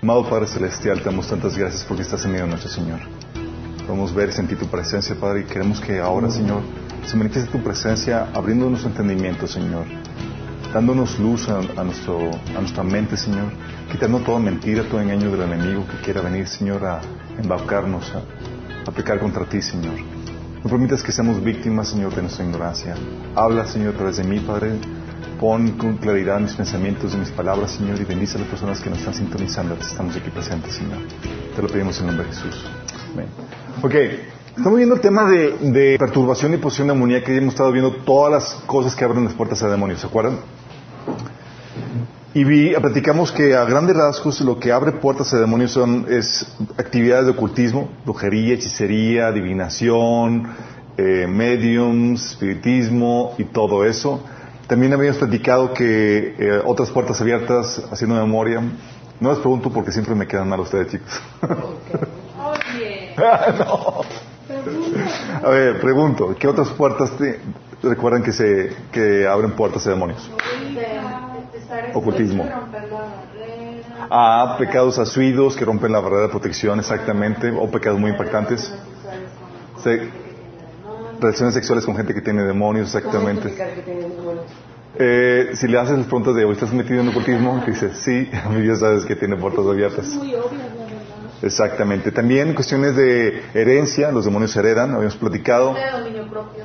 Amado Padre Celestial, te damos tantas gracias porque estás en medio de nuestro Señor. Podemos ver y sentir tu presencia, Padre, y queremos que ahora, Señor, se manifieste tu presencia abriendo nuestro entendimiento, Señor, dándonos luz a nuestra mente, Señor, quitando toda mentira, todo engaño del enemigo que quiera venir, Señor, a embaucarnos, a pecar contra ti, Señor. No permitas que seamos víctimas, Señor, de nuestra ignorancia. Habla, Señor, a través de mí, Padre. Pon con claridad mis pensamientos y mis palabras, Señor, y bendice a las personas que nos están sintonizando, que estamos aquí presentes, Señor. Te lo pedimos en el nombre de Jesús. Amén. Ok, estamos viendo el tema de perturbación y posesión demoníaca, que hemos estado viendo todas las cosas que abren las puertas a demonios, ¿se acuerdan? Y platicamos que a grandes rasgos lo que abre puertas a demonios es actividades de ocultismo, brujería, hechicería, adivinación, mediums, espiritismo y todo eso. También habíamos platicado que otras puertas abiertas, haciendo memoria. No les pregunto porque siempre me quedan mal ustedes, chicos. Oye. No. A ver, pregunto, ¿qué otras puertas recuerdan que abren puertas a demonios? Ocultismo. Pecados asuidos que rompen la barrera de protección, exactamente, o pecados muy impactantes. Relaciones sexuales con gente que tiene demonios, exactamente. Si le haces las preguntas de hoy, ¿estás metido en ocultismo? Dices, sí, a mí ya sabes que tiene puertas abiertas. Muy obvio, exactamente. También cuestiones de herencia, los demonios heredan, habíamos platicado. de dominio propio.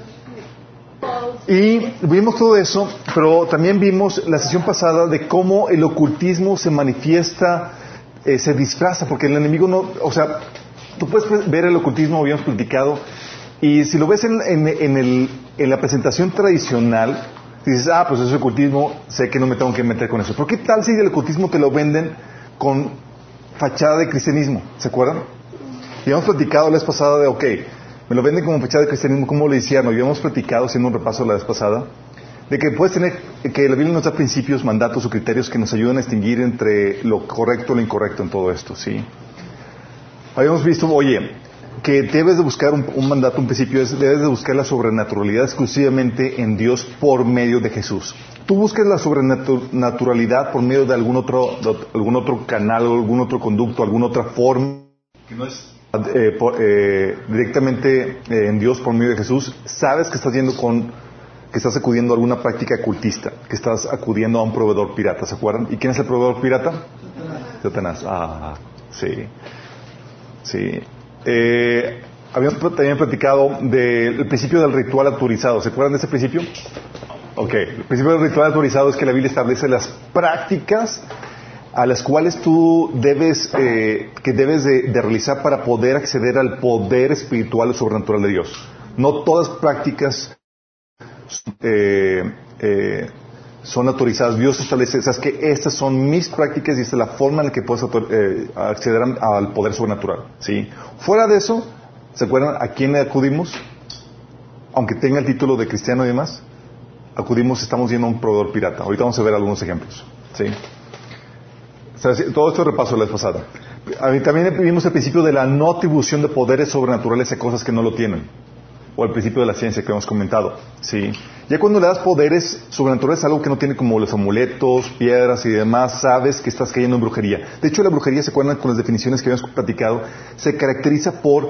Y vimos todo eso, pero también vimos la sesión pasada de cómo el ocultismo se manifiesta, se disfraza, porque el enemigo no, o sea, tú puedes ver el ocultismo, habíamos platicado, y si lo ves en la presentación tradicional, dices, pues eso es ocultismo, sé que no me tengo que meter con eso. Pero ¿qué tal si el ocultismo te lo venden con fachada de cristianismo? ¿Se acuerdan? Y hemos platicado la vez pasada de, me lo venden como fachada de cristianismo, ¿cómo lo hicieron? Y habíamos platicado, haciendo un repaso la vez pasada, de que puedes tener, que la Biblia nos da principios, mandatos o criterios que nos ayudan a distinguir entre lo correcto y lo incorrecto en todo esto, ¿sí? Habíamos visto, que debes de buscar un mandato, un principio, debes de buscar la sobrenaturalidad exclusivamente en Dios por medio de Jesús. Tú buscas la sobrenaturalidad por medio de algún otro canal, algún otro conducto, alguna otra forma, que no es directamente en Dios por medio de Jesús. Sabes que que estás acudiendo a alguna práctica cultista, que estás acudiendo a un proveedor pirata, ¿se acuerdan? ¿Y quién es el proveedor pirata? Satanás. Sí. Sí. Habíamos también platicado del principio del ritual autorizado. ¿Se acuerdan de ese principio? El principio del ritual autorizado es que la Biblia establece las prácticas a las cuales tú debes de realizar para poder acceder al poder espiritual o sobrenatural de Dios. No todas prácticas son autorizadas. Dios establece, sabes que estas son mis prácticas y esta es la forma en la que puedes acceder al poder sobrenatural, ¿sí? Fuera de eso, ¿se acuerdan a quién acudimos? Aunque tenga el título de cristiano y demás, estamos yendo a un proveedor pirata. Ahorita vamos a ver algunos ejemplos, ¿sí? Todo esto repaso la vez pasada. También vimos el principio de la no atribución de poderes sobrenaturales a cosas que no lo tienen. O el principio de la ciencia que hemos comentado, ¿sí? Ya cuando le das poderes sobrenaturales a algo que no tiene, como los amuletos, piedras y demás, sabes que estás cayendo en brujería. De hecho, la brujería, ¿se acuerdan con las definiciones que habíamos platicado? Se caracteriza por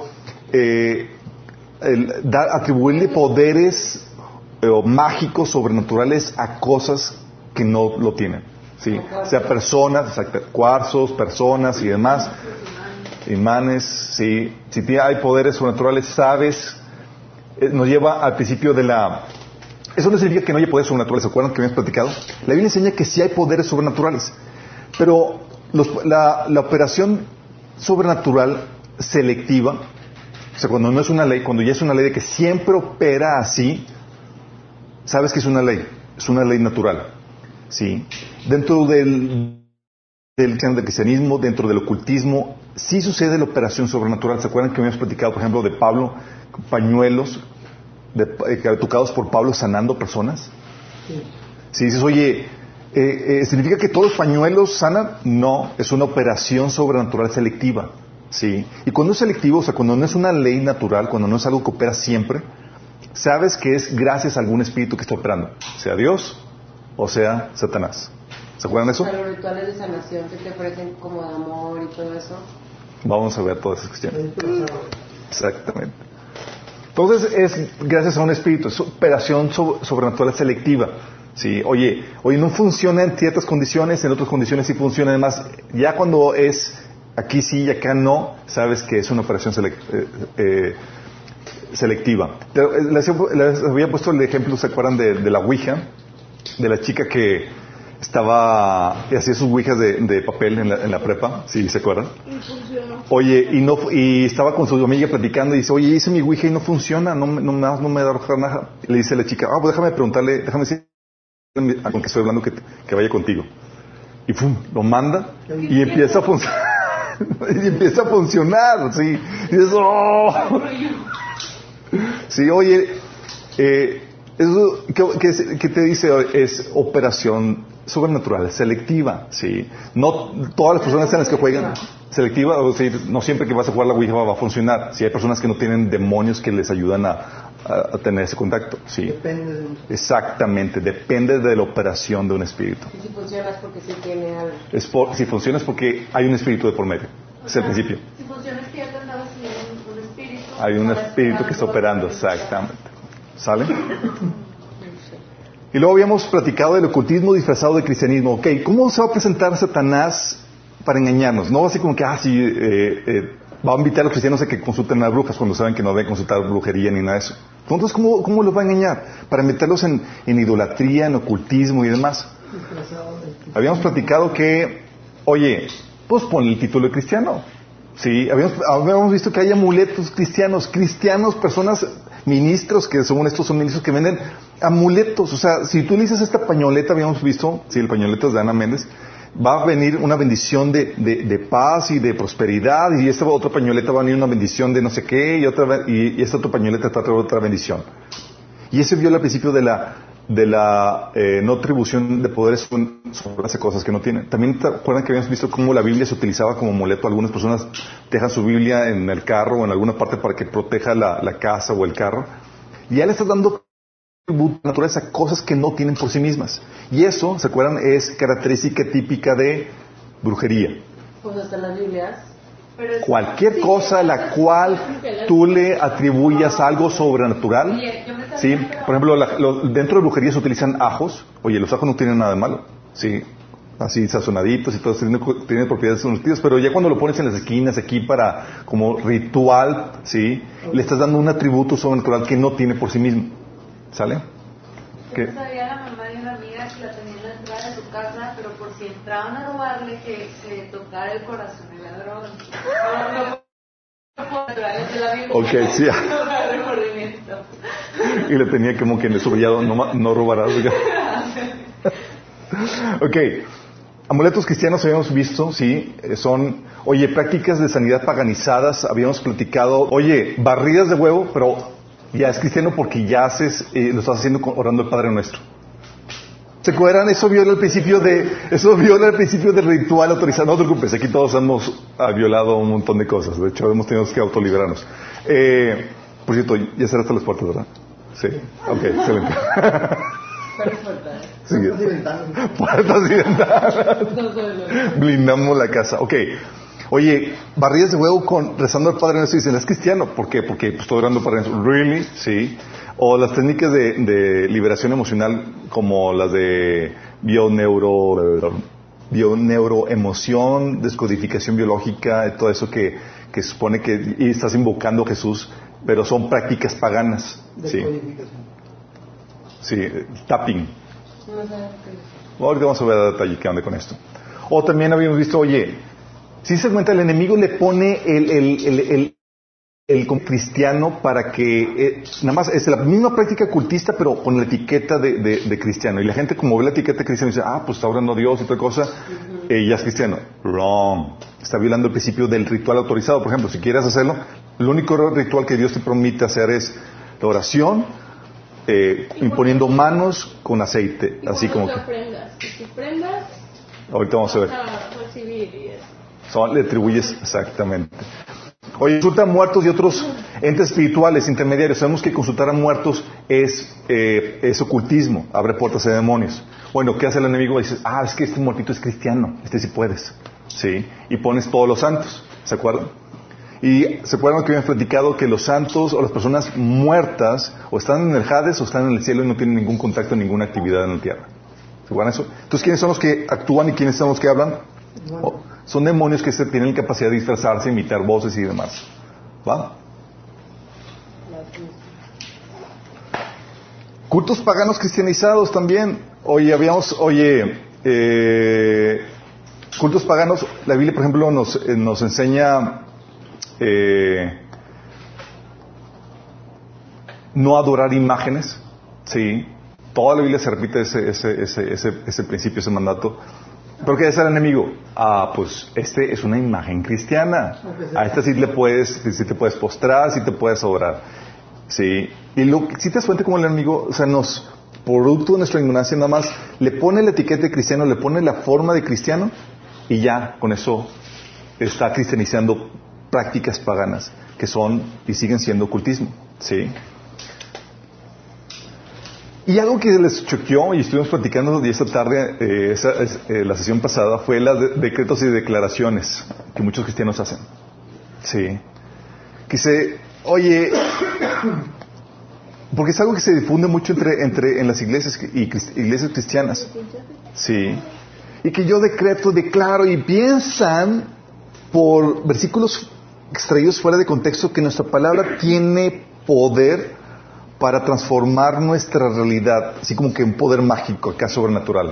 atribuirle poderes mágicos, sobrenaturales a cosas que no lo tienen, ¿sí? O sea, personas, cuarzos, personas y demás, imanes, ¿sí? Si hay poderes sobrenaturales, sabes, nos lleva al principio de la... Eso no significa que no haya poderes sobrenaturales, ¿se acuerdan que habíamos platicado? La Biblia enseña que sí hay poderes sobrenaturales, pero la operación sobrenatural selectiva, o sea, cuando no es una ley, cuando ya es una ley de que siempre opera así, sabes que es una ley natural, ¿sí? Dentro del cristianismo, dentro del ocultismo, sí sucede la operación sobrenatural. ¿Se acuerdan que habíamos platicado, por ejemplo, de Pablo, pañuelos tocados por Pablo sanando personas? Sí. Si dices, ¿significa que todos los pañuelos sanan? No, es una operación sobrenatural selectiva, ¿sí? Y cuando es selectivo, o sea, cuando no es una ley natural, cuando no es algo que opera siempre, sabes que es gracias a algún espíritu que está operando, sea Dios o sea Satanás, ¿Se acuerdan de eso? Los rituales de sanación que te ofrecen como de amor y todo eso. Vamos a ver todas esas cuestiones. Exactamente. Entonces es gracias a un espíritu, es operación sobrenatural selectiva. Sí, oye, no funciona en ciertas condiciones, en otras condiciones sí funciona. Además, ya cuando es aquí sí y acá no, sabes que es una operación selectiva. Les había puesto el ejemplo, ¿se acuerdan de la Ouija? De la chica que hacía sus ouijas de papel en la prepa, ¿sí se acuerdan? Oye, y estaba con su amiga platicando y dice, oye, hice mi ouija y no funciona, no me da nada. Y le dice la chica, pues déjame preguntarle, déjame decir con que estoy hablando que vaya contigo. Y ¡pum! Lo manda y empieza a funcionar. Y empieza a funcionar, sí. Y dices, ¡oh! Sí, oye, eso que te dice es operación sobrenatural, selectiva, sí. No todas las personas en las que juegan selectiva, o sea, no siempre que vas a jugar la Ouija va a funcionar. Si hay personas que no tienen demonios que les ayudan a tener ese contacto, sí. Exactamente, depende de la operación de un espíritu. Y si funciona es porque sí tiene algo. Si funciona es porque hay un espíritu de por medio. Es el principio. Si funciona es que ya te andabas siguiendo un espíritu. Hay un espíritu que está operando, exactamente. ¿Sale? Y luego habíamos platicado del ocultismo disfrazado de cristianismo. Ok, ¿cómo se va a presentar Satanás para engañarnos? No así como que, va a invitar a los cristianos a que consulten a brujas cuando saben que no deben consultar brujería ni nada de eso. Entonces, ¿cómo los va a engañar? Para meterlos en idolatría, en ocultismo y demás. Habíamos platicado que, oye, pues pon el título de cristiano. Sí, habíamos visto que hay amuletos cristianos, personas, ministros, que según estos son ministros que venden amuletos. O sea, si tú le dices esta pañoleta, habíamos visto, sí, el pañoleta es de Ana Méndez, va a venir una bendición de paz y de prosperidad, y esta otra pañoleta va a venir una bendición de no sé qué, y esta otra pañoleta va a traer otra bendición. Y ese viola el principio de la no atribución de poderes sobre las cosas que no tienen. También te acuerdan que habíamos visto cómo la Biblia se utilizaba como amuleto. Algunas personas dejan su Biblia en el carro o en alguna parte para que proteja la casa o el carro. Y ya le estás dando naturaleza a cosas que no tienen por sí mismas. Y eso, ¿se acuerdan? Es característica típica de brujería. Pues hasta las Biblias. Cualquier cosa a la cual tú le atribuyas algo sobrenatural, ¿sí? Por ejemplo, dentro de brujería se utilizan ajos. Oye, los ajos no tienen nada de malo, ¿sí? Así sazonaditos y todo, tienen propiedades nutritivas, pero ya cuando lo pones en las esquinas aquí para como ritual, ¿sí? Le estás dando un atributo sobrenatural que no tiene por sí mismo. ¿Sale? Yo sabía la mamá de una amiga que la tenía en la entrada de su casa, pero por si entraban a robarle, que se tocara el corazón el ladrón. Ok, sí. Y le tenía como que en el subrayado, no robarás. Ok. Amuletos cristianos habíamos visto, sí, son, oye, prácticas de sanidad paganizadas, habíamos platicado, oye, barridas de huevo, pero ya es cristiano porque ya lo estás haciendo orando al Padre Nuestro. ¿Se acuerdan? Eso viola el principio del ritual autorizado. No te preocupes, aquí todos hemos violado un montón de cosas. De hecho, hemos tenido que autoliberarnos. Por cierto, ya cerraste las puertas, ¿verdad? Sí. Ok, excelente. Sí. Puertas y ventanas. Blindamos la casa. Ok. Oye, barridas de huevo rezando al Padre Nuestro y dicen, ¿es cristiano? ¿Por qué? Porque estoy orando para Nuestro. ¿Really? Sí. O las técnicas de liberación emocional como las de bioneuroemoción, descodificación biológica, todo eso que supone que y estás invocando a Jesús, pero son prácticas paganas. Sí. Sí, tapping. Ahorita vamos a ver a detalle qué onda con esto. O también habíamos visto, oye, si se cuenta, el enemigo le pone el cristiano para que nada más es la misma práctica cultista pero con la etiqueta de cristiano, y la gente como ve la etiqueta de cristiano dice, pues está orando a Dios y otra cosa, ya es cristiano. Wrong. Está violando el principio del ritual autorizado. Por ejemplo, si quieres hacerlo, el único ritual que Dios te permite hacer es la oración, imponiendo manos con aceite, así como que prendas, ahorita vamos a ver. Le atribuyes exactamente. Oye, consulta a muertos y otros entes espirituales, intermediarios. Sabemos que consultar a muertos es ocultismo, abre puertas a demonios. Bueno, ¿qué hace el enemigo? Dices, es que este muertito es cristiano, sí puedes. ¿Sí? Y pones todos los santos, ¿se acuerdan? Y ¿se acuerdan que habían platicado que los santos o las personas muertas o están en el Hades o están en el cielo y no tienen ningún contacto, ninguna actividad en la tierra? ¿Se acuerdan eso? Entonces, ¿quiénes son los que actúan y quiénes son los que hablan? Son demonios que tienen la capacidad de disfrazarse, imitar voces y demás. ¿Va? Cultos paganos cristianizados también. Cultos paganos, la Biblia, por ejemplo, nos enseña no adorar imágenes. Sí. Toda la Biblia se repite ese principio, ese mandato. ¿Pero qué es el enemigo? Pues es una imagen cristiana. A esta sí te puedes postrar, sí te puedes adorar. Sí. Y si te das cuenta como el enemigo, producto de nuestra ignorancia, nada más le pone la etiqueta de cristiano, le pone la forma de cristiano, y ya, con eso está cristianizando prácticas paganas, que son y siguen siendo ocultismo. ¿Sí? Y algo que les choqueó, y estuvimos platicando esta tarde, la sesión pasada, fue los decretos y declaraciones que muchos cristianos hacen. Sí. Que porque es algo que se difunde mucho en las iglesias y iglesias cristianas. Sí. Y que yo declaro, y piensan por versículos extraídos fuera de contexto que nuestra palabra tiene poder para transformar nuestra realidad, así como que un poder mágico, acá sobrenatural.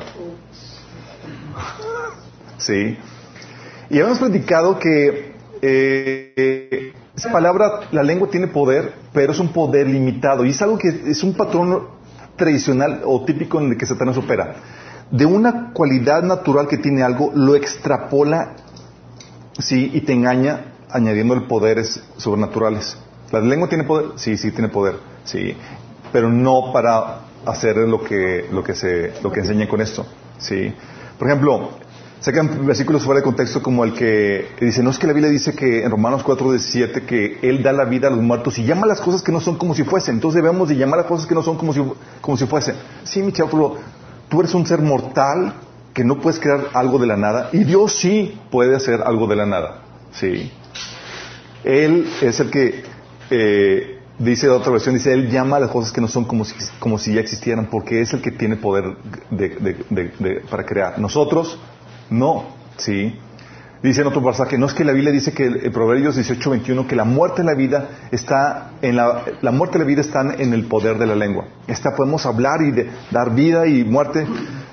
Sí. Y habíamos platicado que esa palabra, la lengua tiene poder, pero es un poder limitado. Y es algo que es un patrón tradicional o típico en el que Satanás opera. De una cualidad natural que tiene algo, lo extrapola, sí, y te engaña añadiendo poderes sobrenaturales. ¿La lengua tiene poder? Sí, tiene poder. Sí, pero no para hacer lo que enseñan con esto. Sí. Por ejemplo, sacan versículos fuera de contexto como el que dice, no es que la Biblia dice que en Romanos 4:17 que Él da la vida a los muertos y llama las cosas que no son como si fuesen. Entonces debemos de llamar las cosas que no son como si fuesen. Sí, mi chavo, pero tú eres un ser mortal que no puedes crear algo de la nada, y Dios sí puede hacer algo de la nada. Sí. Él es el que dice otra versión, dice, Él llama a las cosas que no son como si ya existieran, porque es el que tiene poder para crear. Nosotros, no. ¿Sí? Dice en otro pasaje, no es que la Biblia dice que en Proverbios 18:21, que la muerte y la vida la muerte y la vida están en el poder de la lengua. Podemos hablar y dar vida y muerte.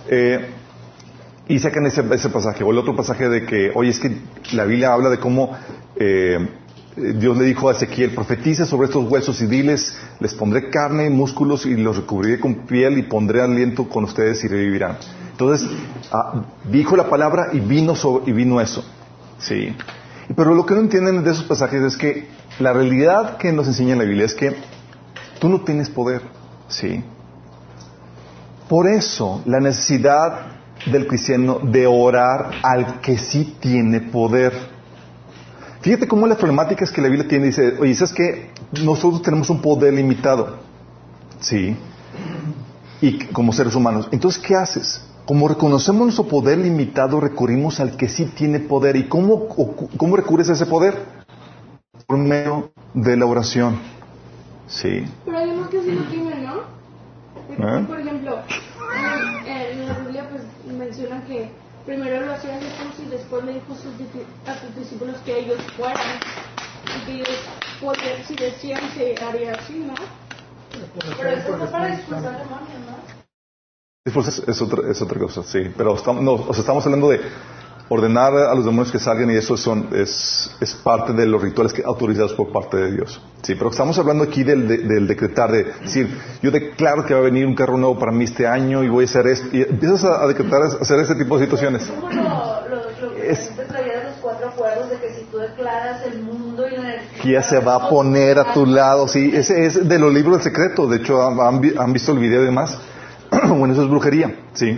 Y sacan ese pasaje. O el otro pasaje de que, oye, es que la Biblia habla de cómo Dios le dijo a Ezequiel, profetiza sobre estos huesos y diles, les pondré carne y músculos y los recubriré con piel y pondré aliento con ustedes y revivirán. Entonces, dijo la palabra y vino eso. Sí. Pero lo que no entienden de esos pasajes es que la realidad que nos enseña la Biblia es que tú no tienes poder. Sí. Por eso, la necesidad del cristiano de orar al que sí tiene poder. Fíjate cómo las problemáticas que la Biblia tiene, dice, oye, ¿sabes qué? Nosotros tenemos un poder limitado. Sí. Y como seres humanos. Entonces, ¿qué haces? Como reconocemos nuestro poder limitado, recurrimos al que sí tiene poder. ¿Y cómo recurres a ese poder? Por medio de la oración. Sí. Pero además que sí lo tiene, ¿no? Porque, por ejemplo, en la Biblia pues menciona que primero lo hacía Jesús y después le dijo a sus discípulos que ellos fueran. Y que ellos podían, si decían, se haría así, ¿no? Pero eso no es para expulsar demonios, ¿no? Es otra cosa, sí. Pero estamos hablando de ordenar a los demonios que salgan, y eso es parte de los rituales autorizados por parte de Dios. Sí, pero estamos hablando aquí del decretar, de decir, yo declaro que va a venir un carro nuevo para mí este año y voy a hacer esto. Y empiezas a decretar, a hacer ese tipo de situaciones. Es como lo que te traía de los 4 acuerdos, de que si tú declaras el mundo y la energía se va a poner a tu lado. Sí, ese es de los libros del secreto. De hecho, han visto el video y demás. Bueno, eso es brujería, sí.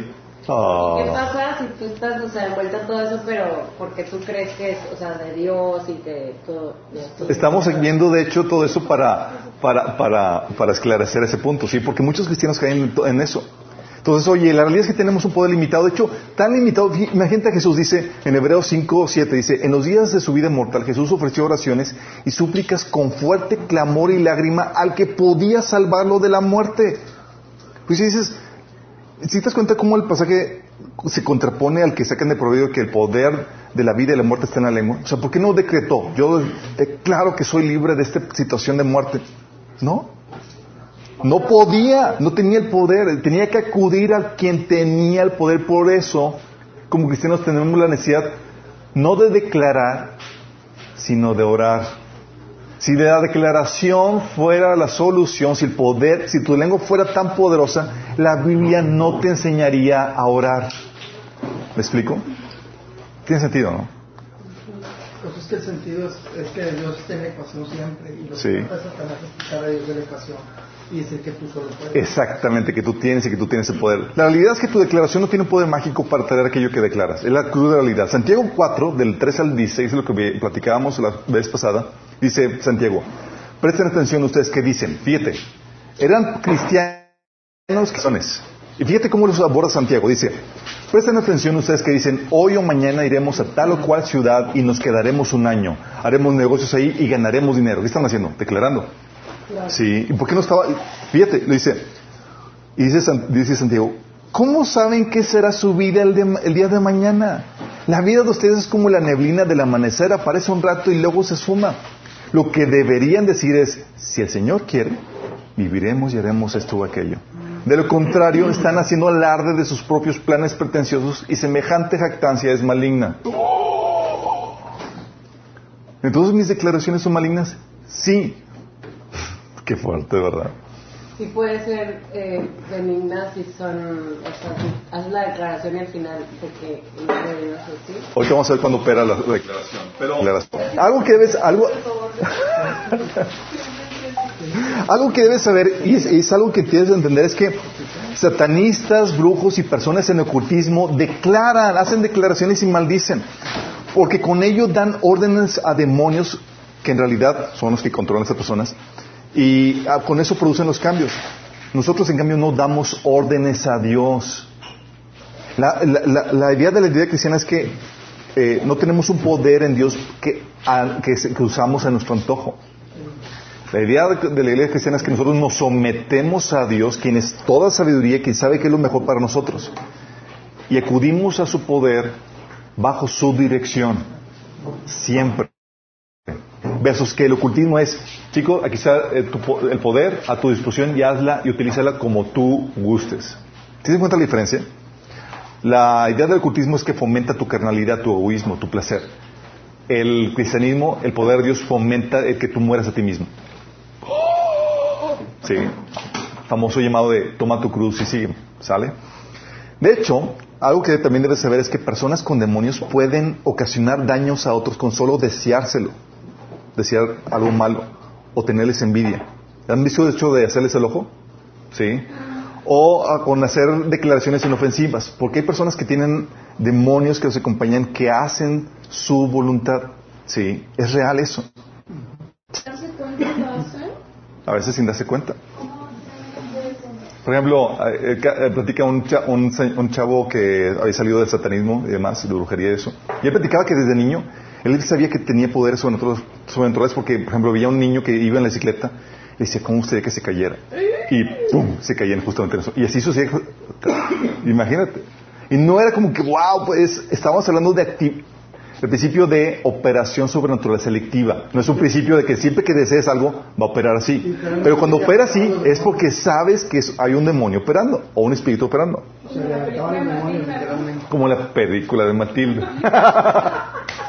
¿Qué pasa si tú estás, envuelta en todo eso, pero porque tú crees que es, de Dios y que todo... Estamos viendo, de hecho, todo eso para esclarecer ese punto, ¿sí? Porque muchos cristianos caen en eso. Entonces, oye, la realidad es que tenemos un poder limitado. De hecho, tan limitado, imagínate a Jesús, dice en Hebreos 5:7, dice, en los días de su vida mortal, Jesús ofreció oraciones y súplicas con fuerte clamor y lágrima al que podía salvarlo de la muerte. Pues si dices, si te das cuenta cómo el pasaje se contrapone al que sacan de proverbio que el poder de la vida y la muerte está en la lengua. ¿Por qué no decretó? Yo declaro que soy libre de esta situación de muerte. No podía, no tenía el poder, tenía que acudir a quien tenía el poder. Por eso, como cristianos tenemos la necesidad no de declarar, sino de orar. Si la declaración fuera la solución, si el poder, si tu lengua fuera tan poderosa, la Biblia no te enseñaría a orar. ¿Me explico? Tiene sentido, ¿no? Pues es que el sentido es que Dios tiene ecuación siempre, y lo que trata es Satanás es quitar a Dios de la ecuación y decir que tú solo puedes. Exactamente, que tú tienes y que tú tienes el poder. La realidad es que tu declaración no tiene un poder mágico para traer aquello que declaras. Es la cruda realidad. Santiago 4, del 3 al 16, es lo que platicábamos la vez pasada. Dice Santiago, presten atención ustedes que dicen, fíjate, eran cristianos que son. Y fíjate cómo los aborda Santiago. Dice, presten atención ustedes que dicen, hoy o mañana iremos a tal o cual ciudad y nos quedaremos un año. Haremos negocios ahí y ganaremos dinero. ¿Qué están haciendo? Declarando. Claro. Sí. ¿Y por qué no estaba? Fíjate, lo dice. Y dice Santiago, ¿cómo saben qué será su vida el día de mañana? La vida de ustedes es como la neblina del amanecer, aparece un rato y luego se esfuma. Lo que deberían decir es, si el Señor quiere, viviremos y haremos esto o aquello. De lo contrario, están haciendo alarde de sus propios planes pretenciosos y semejante jactancia es maligna. ¿Entonces mis declaraciones son malignas? Sí. Qué fuerte, ¿verdad? Sí puede ser benignas si son, haz la declaración y al final de que no de Dios, ¿sí? Hoy vamos a ver cuándo opera la declaración. Pero algo que debes, algo que debes saber, y es algo que tienes que entender, es que satanistas, brujos y personas en ocultismo declaran, hacen declaraciones y maldicen, porque con ello dan órdenes a demonios que en realidad son los que controlan a esas personas, y con eso producen los cambios. Nosotros en cambio no damos órdenes a Dios. La idea de la idea cristiana es que no tenemos un poder en Dios que usamos a nuestro antojo. La idea de la iglesia cristiana es que nosotros nos sometemos a Dios, quien es toda sabiduría, quien sabe qué es lo mejor para nosotros, y acudimos a su poder bajo su dirección siempre. Versus que el ocultismo es, chico, aquí está el poder a tu disposición y hazla y utilízala como tú gustes. ¿Te das cuenta la diferencia? La idea del ocultismo es que fomenta tu carnalidad, tu egoísmo, tu placer. El cristianismo, el poder de Dios fomenta el que tú mueras a ti mismo. Sí, famoso llamado de toma tu cruz y sigue, ¿sale? De hecho, algo que también debes saber es que personas con demonios pueden ocasionar daños a otros con solo desear algo malo o tenerles envidia. ¿Han visto el hecho de hacerles el ojo? Sí. O con hacer declaraciones inofensivas, porque hay personas que tienen demonios que los acompañan, que hacen su voluntad. Sí, es real eso. A veces sin darse cuenta. Por ejemplo, platica un chavo que había salido del satanismo y demás, de brujería y eso. Y él platicaba que desde niño, él sabía que tenía poderes sobrenaturales porque, por ejemplo, veía a un niño que iba en la bicicleta y decía, ¿cómo gustaría que se cayera? Y ¡pum!, se caían justamente en eso. Y así sucedía. Imagínate. Y no era como que, wow, pues, estábamos hablando de el principio de operación sobrenatural selectiva. No es un principio de que siempre que desees algo va a operar así. Pero cuando opera así es porque sabes que hay un demonio operando o un espíritu operando. Como la película de Matilda.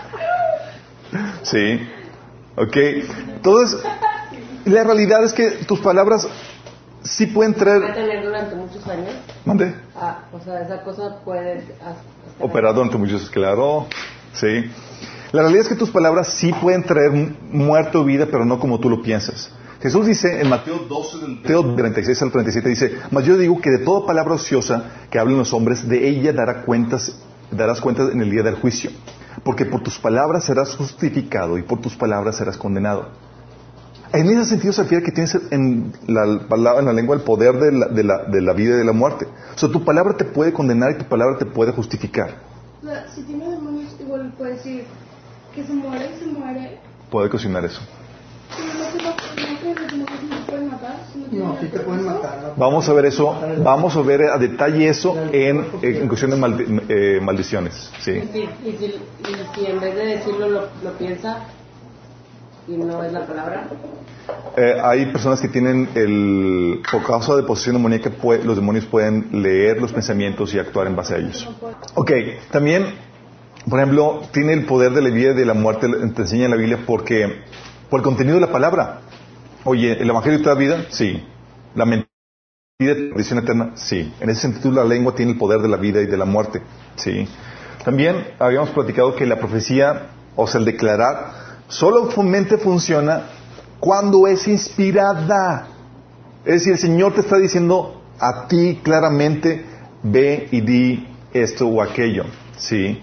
Sí. Ok. Entonces, la realidad es que tus palabras sí pueden traer... ¿Puede tener durante muchos años? ¿Mande? O sea, esa cosa puede... Operar durante muchos años, claro. Sí. La realidad es que tus palabras sí pueden traer muerte o vida, pero no como tú lo piensas. Jesús dice en Mateo 12, del 36 al 37, dice, mas yo digo que de toda palabra ociosa que hablen los hombres, de ella darás cuentas en el día del juicio. Porque por tus palabras serás justificado y por tus palabras serás condenado. En ese sentido se refiere que tienes en la lengua el poder de la vida y de la muerte. O sea, tu palabra te puede condenar y tu palabra te puede justificar. O sea, si tiene demonios, igual puede decir que se muere. Puede cocinar eso. Pero no que los demonios no se pueden matar. No, sí te pueden matar. Vamos a ver eso, vamos a ver a detalle eso en cuestión de maldiciones. ¿Sí? Y si en vez de decirlo lo piensa y no es la palabra. Hay personas que tienen por causa de posesión demoníaca, los demonios pueden leer los pensamientos y actuar en base a ellos. Ok, también, por ejemplo, tiene el poder de la vida y de la muerte, te enseña en la Biblia por el contenido de la palabra. Oye, ¿el Evangelio te da vida? Sí. ¿La mentira de perdición eterna? Sí. En ese sentido, la lengua tiene el poder de la vida y de la muerte. Sí. También habíamos platicado que la profecía, o sea, el declarar, solamente funciona cuando es inspirada. Es decir, el Señor te está diciendo a ti claramente, ve y di esto o aquello. ¿Sí?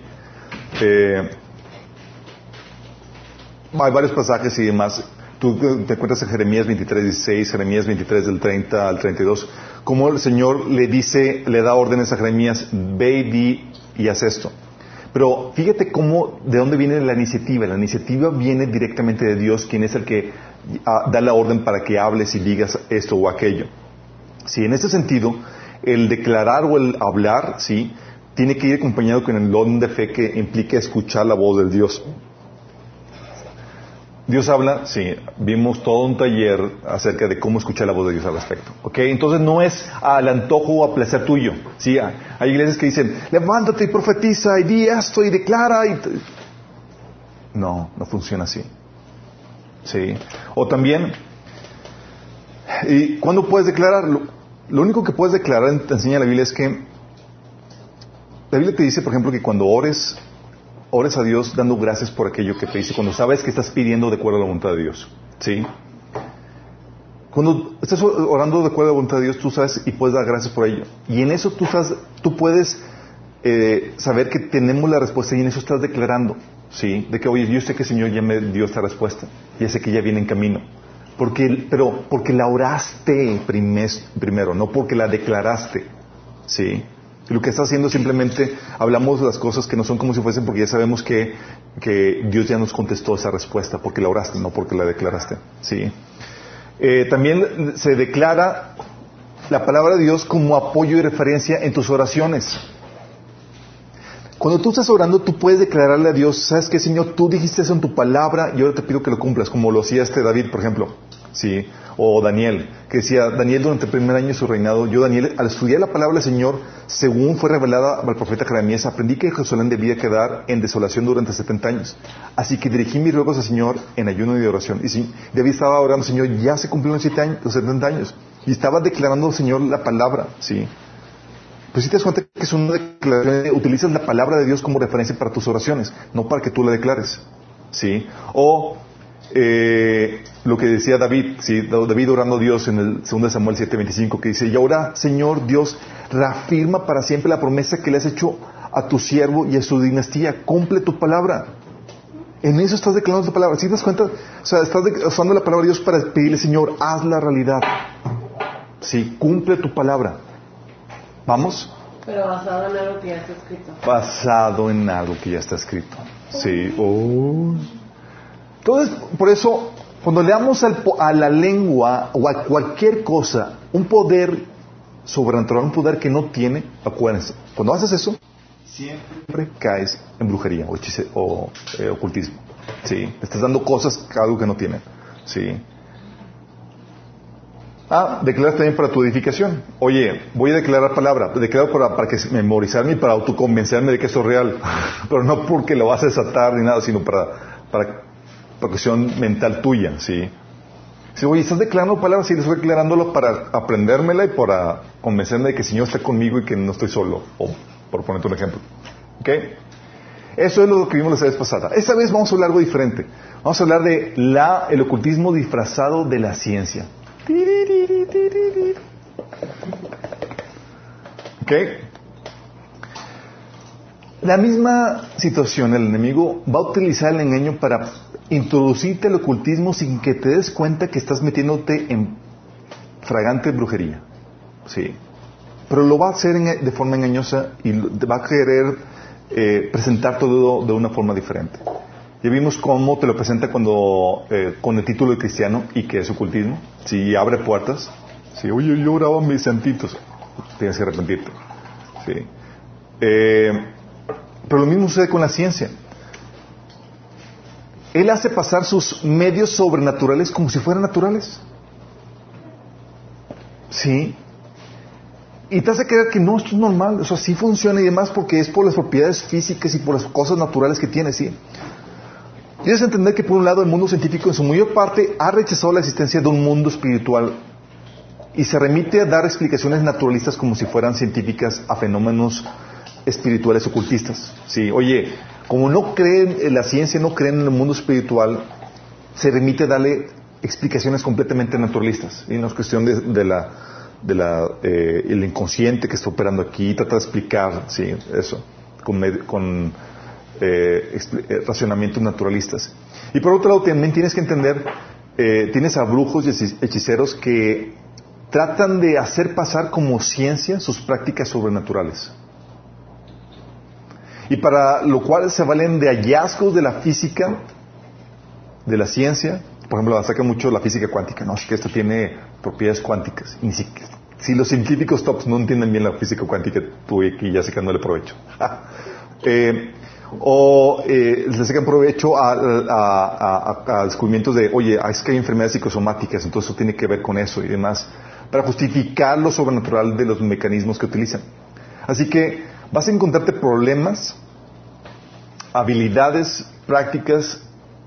Hay varios pasajes y demás. Tú te encuentras en Jeremías 23:16, Jeremías 23 del 30 al 32, como el Señor le da órdenes a Jeremías, ve y di y haz esto. Pero fíjate de dónde viene la iniciativa. La iniciativa viene directamente de Dios, quien es el que da la orden para que hables y digas esto o aquello. Sí, en este sentido, el declarar o el hablar, sí, tiene que ir acompañado con el don de fe que implica escuchar la voz del Dios. Dios habla, sí, vimos todo un taller acerca de cómo escuchar la voz de Dios al respecto. ¿Ok? Entonces no es al antojo o a placer tuyo. Sí, hay iglesias que dicen, levántate y profetiza y di esto y declara. No funciona así. Sí. O también, ¿y cuándo puedes declarar? Lo único que puedes declarar, te enseña la Biblia, es que la Biblia te dice, por ejemplo, que cuando ores a Dios dando gracias por aquello que te dice, cuando sabes que estás pidiendo de acuerdo a la voluntad de Dios. ¿Sí? Cuando estás orando de acuerdo a la voluntad de Dios, tú sabes y puedes dar gracias por ello. Y en eso tú puedes saber que tenemos la respuesta y en eso estás declarando. ¿Sí? De que, oye, yo sé que el Señor ya me dio esta respuesta. Ya sé que ya viene en camino. Pero porque la oraste primero, no porque la declaraste. ¿Sí? Y lo que está haciendo simplemente hablamos de las cosas que no son como si fuesen, porque ya sabemos que Dios ya nos contestó esa respuesta porque la oraste, no porque la declaraste. ¿Sí? También se declara la palabra de Dios como apoyo y referencia en tus oraciones. Cuando tú estás orando, tú puedes declararle a Dios, ¿sabes qué, Señor? Tú dijiste eso en tu palabra y ahora te pido que lo cumplas, como lo hacía David, por ejemplo. ¿Sí? O Daniel, que decía, Daniel durante el primer año de su reinado, Daniel, al estudiar la palabra del Señor, según fue revelada al profeta Jeremías, aprendí que Jerusalén debía quedar en desolación durante 70 años. Así que dirigí mis ruegos al Señor en ayuno y de oración. Y sí, David estaba orando, Señor, ya se cumplieron los 70 años. Y estaba declarando al Señor la palabra, ¿sí? Pues si te das cuenta que es una declaración, utilizas la palabra de Dios como referencia para tus oraciones, no para que tú la declares, ¿sí? O lo que decía David, ¿sí? David orando a Dios en el 2 Samuel 7:25, que dice, y ahora, Señor Dios, reafirma para siempre la promesa que le has hecho a tu siervo y a su dinastía, cumple tu palabra. En eso estás declarando tu palabra. ¿Sí te das cuenta? O sea, estás usando la palabra de Dios para pedirle, Señor, haz la realidad. Sí, cumple tu palabra. ¿Vamos? Pero basado en algo que ya está escrito. Basado en algo que ya está escrito. Sí. Entonces, por eso, cuando le damos a la lengua o a cualquier cosa un poder sobrenatural, un poder que no tiene, acuérdense, cuando haces eso, siempre caes en brujería o ocultismo. ¿Sí? Estás dando cosas, algo que no tiene. ¿Sí? Declaras también para tu edificación. Oye, voy a declarar palabra. Declaro para que memorizarme y para autoconvencerme de que eso es real. Pero no porque lo vas a desatar ni nada, sino para cuestión mental tuya, ¿sí? Si, oye, ¿estás declarando palabras? Sí, estoy declarándolo para aprendérmela y para convencerme de que el Señor está conmigo y que no estoy solo. O por ponerte un ejemplo. ¿Ok? Eso es lo que vimos la vez pasada. Esta vez vamos a hablar algo diferente. Vamos a hablar de el ocultismo disfrazado de la ciencia. ¿Ok? La misma situación, el enemigo va a utilizar el engaño para introducirte al ocultismo sin que te des cuenta que estás metiéndote en fragante brujería. Sí. Pero lo va a hacer de forma engañosa y va a querer presentar todo de una forma diferente. Ya vimos cómo te lo presenta cuando con el título de cristiano y que es ocultismo. Si abre puertas. Si, oye, yo oraba mis santitos. Tienes que arrepentirte. Sí. Pero lo mismo sucede con la ciencia. Él hace pasar sus medios sobrenaturales como si fueran naturales. Sí. Y te hace creer que no, esto es normal. O sea, sí funciona y demás porque es por las propiedades físicas y por las cosas naturales que tiene, sí. Tienes que entender que por un lado el mundo científico en su mayor parte ha rechazado la existencia de un mundo espiritual y se remite a dar explicaciones naturalistas como si fueran científicas a fenómenos espirituales ocultistas. Sí, oye, como no creen en la ciencia, no creen en el mundo espiritual, se remite a darle explicaciones completamente naturalistas. Y no es cuestión el inconsciente que está operando aquí, trata de explicar, sí, eso, con racionamientos naturalistas. Y por otro lado también tienes que entender, tienes a brujos y hechiceros que tratan de hacer pasar como ciencia sus prácticas sobrenaturales. Y para lo cual se valen de hallazgos de la física, de la ciencia. Por ejemplo, saca mucho la física cuántica, ¿no? Que esto tiene propiedades cuánticas. Y si los científicos tops no entienden bien la física cuántica, tú aquí ya sacándole provecho. Le sacan provecho a descubrimientos de, oye, es que hay enfermedades psicosomáticas, entonces eso tiene que ver con eso y demás, para justificar lo sobrenatural de los mecanismos que utilizan. Así que vas a encontrarte problemas, habilidades, prácticas,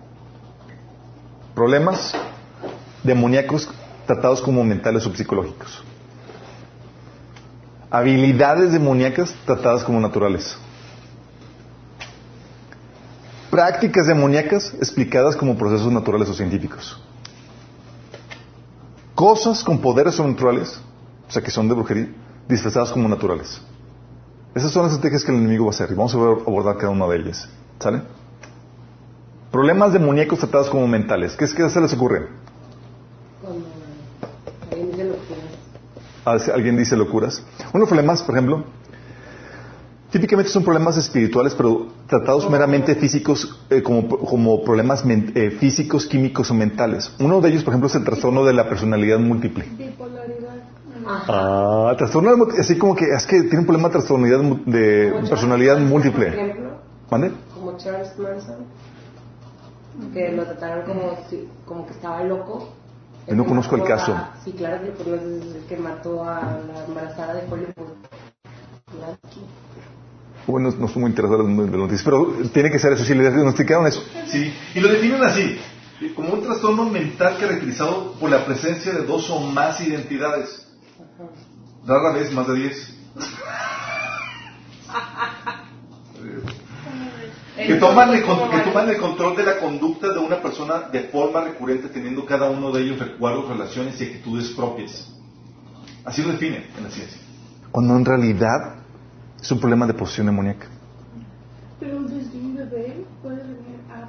problemas demoníacos tratados como mentales o psicológicos. Habilidades demoníacas tratadas como naturales. Prácticas demoníacas explicadas como procesos naturales o científicos. Cosas con poderes sobrenaturales, o sea que son de brujería, disfrazadas como naturales. Esas son las estrategias que el enemigo va a hacer y vamos a abordar cada una de ellas. ¿Sale? Problemas demoníacos tratados como mentales. ¿Qué se les ocurre? Alguien dice locuras. ¿Alguien dice locuras? Unos problemas, por ejemplo, típicamente son problemas espirituales, pero tratados meramente físicos, como problemas físicos, químicos o mentales. Uno de ellos, por ejemplo, es el trastorno de la personalidad múltiple. Bipolaridad. Trastorno, así como que es que tiene un problema de personalidad múltiple. Por ejemplo, ¿Mande? como Charles Manson, que lo trataron como que estaba loco. Yo no conozco el caso. Sí, claro que lo conoces, el que mató a la embarazada de Hollywood. Bueno, no estoy muy interesado en las noticias, pero tiene que ser eso, sí, le diagnosticaron eso. Sí, y lo definen así, como un trastorno mental caracterizado por la presencia de dos o más identidades. Rara vez más de 10. Que toman el control de la conducta de una persona de forma recurrente, teniendo cada uno de ellos recuerdos, relaciones y actitudes propias. Así lo definen en la ciencia. Cuando en realidad es un problema de posesión demoníaca. Pero desde un bebé puede venir a...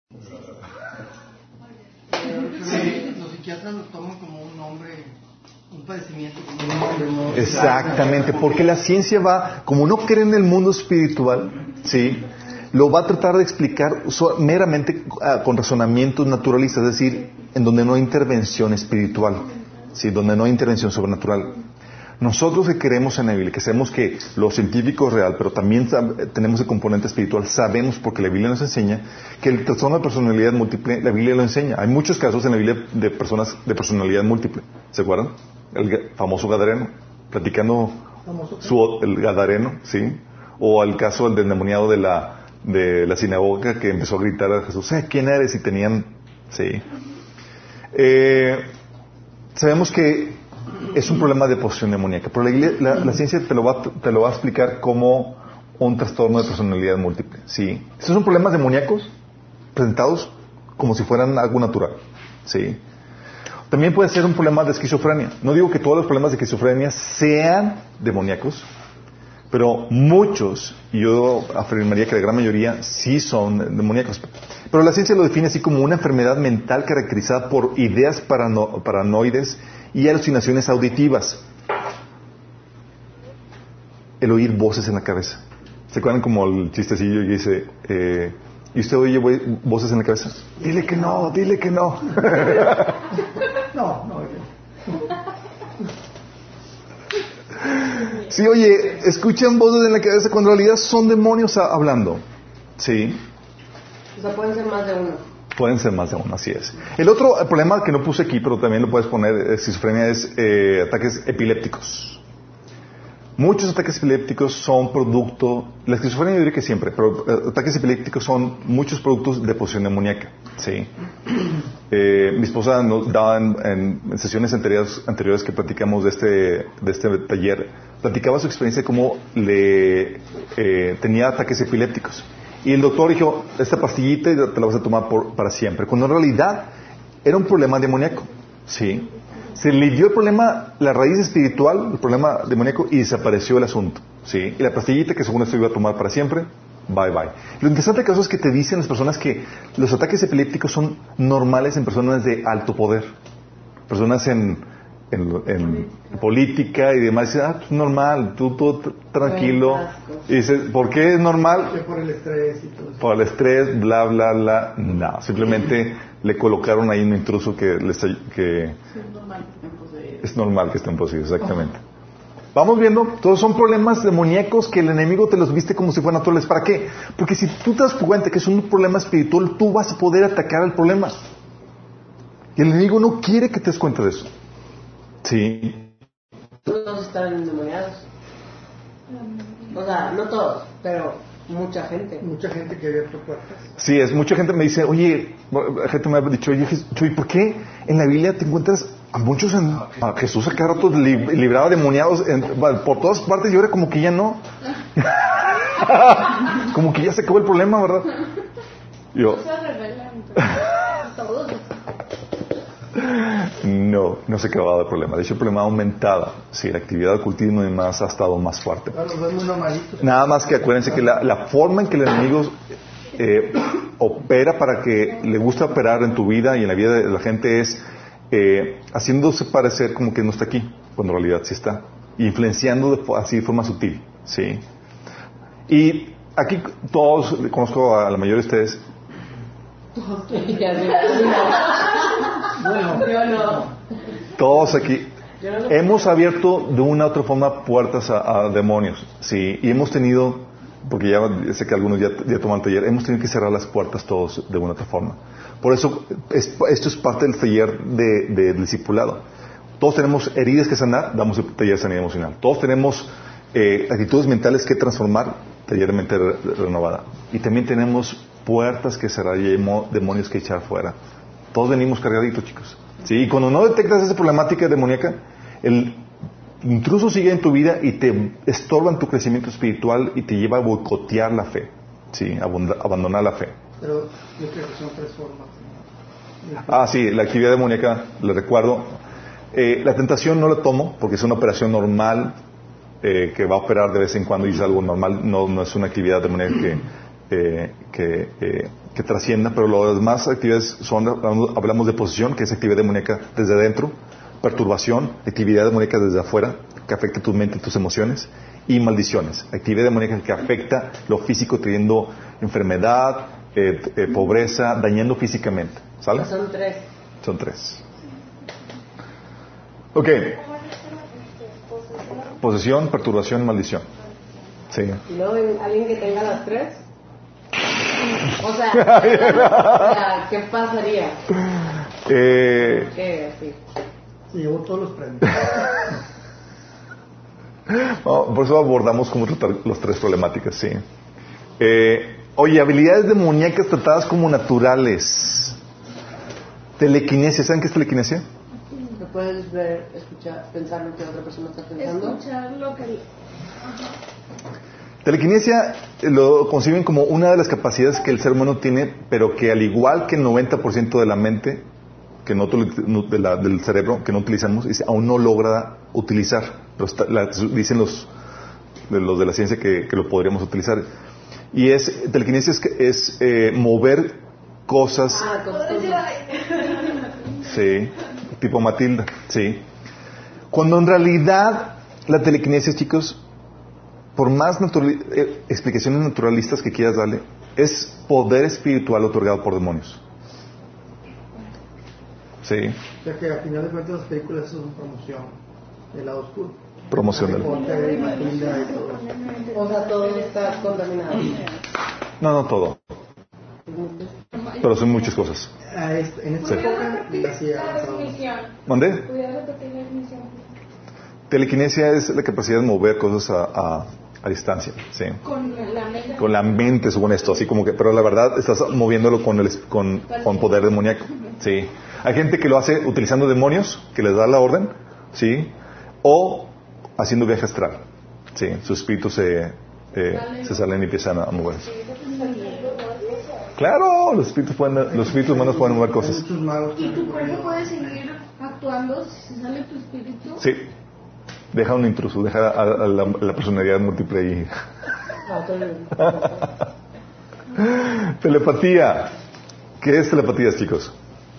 Sí. Los psiquiatras lo toman como un nombre, un padecimiento, como un nombre. Exactamente, porque la ciencia va, como no cree en el mundo espiritual, ¿sí?, lo va a tratar de explicar meramente con razonamientos naturalistas, es decir, en donde no hay intervención espiritual, ¿sí?, donde no hay intervención sobrenatural. Nosotros que creemos en la Biblia, que sabemos que lo científico es real, pero también tenemos el componente espiritual, sabemos, porque la Biblia nos enseña, que el trastorno de personalidad múltiple, la Biblia lo enseña. Hay muchos casos en la Biblia de personas de personalidad múltiple. ¿Se acuerdan? El famoso Gadareno, platicando el Gadareno, ¿sí? O el caso del endemoniado de la sinagoga que empezó a gritar a Jesús, ¿quién eres? Y tenían, sí. Sabemos que es un problema de posesión demoníaca, pero la ciencia te lo va a explicar como un trastorno de personalidad múltiple, ¿sí? Estos son problemas demoníacos presentados como si fueran algo natural. ¿Sí? También puede ser un problema de esquizofrenia. No digo que todos los problemas de esquizofrenia sean demoníacos, pero muchos, y yo afirmaría que la gran mayoría, sí son demoníacos. Pero la ciencia lo define así como una enfermedad mental caracterizada por ideas paranoides y alucinaciones auditivas. El oír voces en la cabeza. ¿Se acuerdan como el chistecillo que dice, ¿y usted oye voces en la cabeza? Dile que no, dile que no. No. Sí, oye, escuchan voces en la cabeza cuando en realidad son demonios hablando. Sí. O sea, pueden ser más de uno. Pueden ser más de uno, así es. El otro problema que no puse aquí, pero también lo puedes poner, esquizofrenia, es ataques epilépticos. Muchos ataques epilépticos son producto, la esquizofrenia yo diría que siempre, pero ataques epilépticos son muchos productos de posesión demoníaca. ¿Sí? Mi esposa nos daba en sesiones anteriores que platicamos de este taller, platicaba su experiencia de cómo tenía ataques epilépticos. Y el doctor dijo, esta pastillita te la vas a tomar para siempre, cuando en realidad era un problema demoníaco. ¿Sí? Se le dio el problema, la raíz espiritual, el problema demoníaco, y desapareció el asunto. ¿Sí? Y la pastillita que según esto iba a tomar para siempre, bye bye. Lo interesante del caso es que te dicen las personas que los ataques epilépticos son normales en personas de alto poder. Personas en política y demás. Dicen, pues normal, tú tranquilo. Y dices, ¿por qué es normal? Por el estrés y todo eso. Por el estrés, bla, bla, bla. No, simplemente le colocaron ahí un intruso que es normal que estén poseídos, exactamente. Vamos viendo, todos son problemas demoníacos que el enemigo te los viste como si fueran naturales. ¿Para qué? Porque si tú te das cuenta que es un problema espiritual, tú vas a poder atacar el problema. Y el enemigo no quiere que te des cuenta de eso. Sí. Todos están endemoniados. O sea, no todos, pero mucha gente. Mucha gente que abierto puertas. Sí, mucha gente me dice, oye, gente me ha dicho, oye, Chuy, ¿por qué en la Biblia te encuentras a muchos a Jesús a cada rato libraba demoniados por todas partes y ahora como que ya no? Como que ya se acabó el problema, ¿verdad? Yo, no se acababa el problema. De hecho, el problema aumentaba. Sí, la actividad continua y más ha estado más fuerte. Nada más que acuérdense que la forma en que el enemigo opera para que le gusta operar en tu vida y en la vida de la gente es haciéndose parecer como que no está aquí, cuando en realidad sí está. Influenciando así de forma sutil. ¿Sí? Y aquí todos, conozco a la mayoría de ustedes. Bueno, yo no. Todos aquí hemos abierto de una u otra forma puertas a demonios, sí, y hemos tenido, porque ya sé que algunos ya toman taller, hemos tenido que cerrar las puertas todos de una u otra forma. Por eso esto es parte del taller del discipulado. Todos tenemos heridas que sanar, damos el taller de sanidad emocional. Todos tenemos actitudes mentales que transformar, taller de mente renovada. Y también tenemos puertas que cerrar y demonios que echar fuera. Todos venimos cargaditos, chicos. ¿Sí? Y cuando no detectas esa problemática demoníaca, el intruso sigue en tu vida y te estorba en tu crecimiento espiritual y te lleva a boicotear la fe. ¿Sí? Abandonar la fe. Pero yo creo que son 3 formas. Sí, la actividad demoníaca, le recuerdo. La tentación no la tomo porque es una operación normal que va a operar de vez en cuando y es algo normal. No es una actividad demoníaca que trascienda, pero las demás actividades hablamos de posesión, que es actividad demoníaca desde adentro, perturbación, actividad demoníaca desde afuera, que afecta tu mente y tus emociones, y maldiciones, actividad demoníaca que afecta lo físico, trayendo enfermedad, pobreza, dañando físicamente. ¿Sale? Son 3. Son 3. Ok. Posesión, perturbación, maldición. Sí. ¿Y luego alguien que tenga las 3? O sea, ¿qué pasaría? ¿Qué? Así. Sí, llevo todos los premios. Por eso abordamos cómo tratar las 3 problemáticas, sí. Oye, habilidades demoníacas tratadas como naturales. Telequinesia, ¿saben qué es telequinesia? ¿Me puedes ver, escuchar, pensar lo que otra persona está pensando? Escuchar lo que... Telequinesia lo conciben como una de las capacidades que el ser humano tiene, pero que al igual que el 90% de la mente, que del cerebro que no utilizamos, aún no logra utilizar. Pero dicen los de la ciencia que lo podríamos utilizar. Y telequinesia es mover cosas. Sí, tipo Matilda, sí. Cuando en realidad la telequinesia, chicos, por más explicaciones naturalistas que quieras darle, es poder espiritual otorgado por demonios. Sí. O sea que a final de cuentas las películas son promoción del lado oscuro. Promoción del... O sea, todo está contaminado. No todo. Pero son muchas cosas. En esta época ¿Mandé? ¿Pudiera repetir la definición? Telequinesia es la capacidad de mover cosas a distancia, sí. Con la mente. Con la mente, según esto, así como que, pero la verdad estás moviéndolo con poder demoníaco, sí. Hay gente que lo hace utilizando demonios, que les da la orden, sí, o haciendo viaje astral, sí. Sus espíritus se salen y empiezan a moverse. Claro, los espíritus humanos pueden mover cosas. ¿Y tu cuerpo puede seguir actuando si se sale tu espíritu? Sí. Deja un intruso, deja a la personalidad múltiple y... Telepatía. ¿Qué es telepatía, chicos?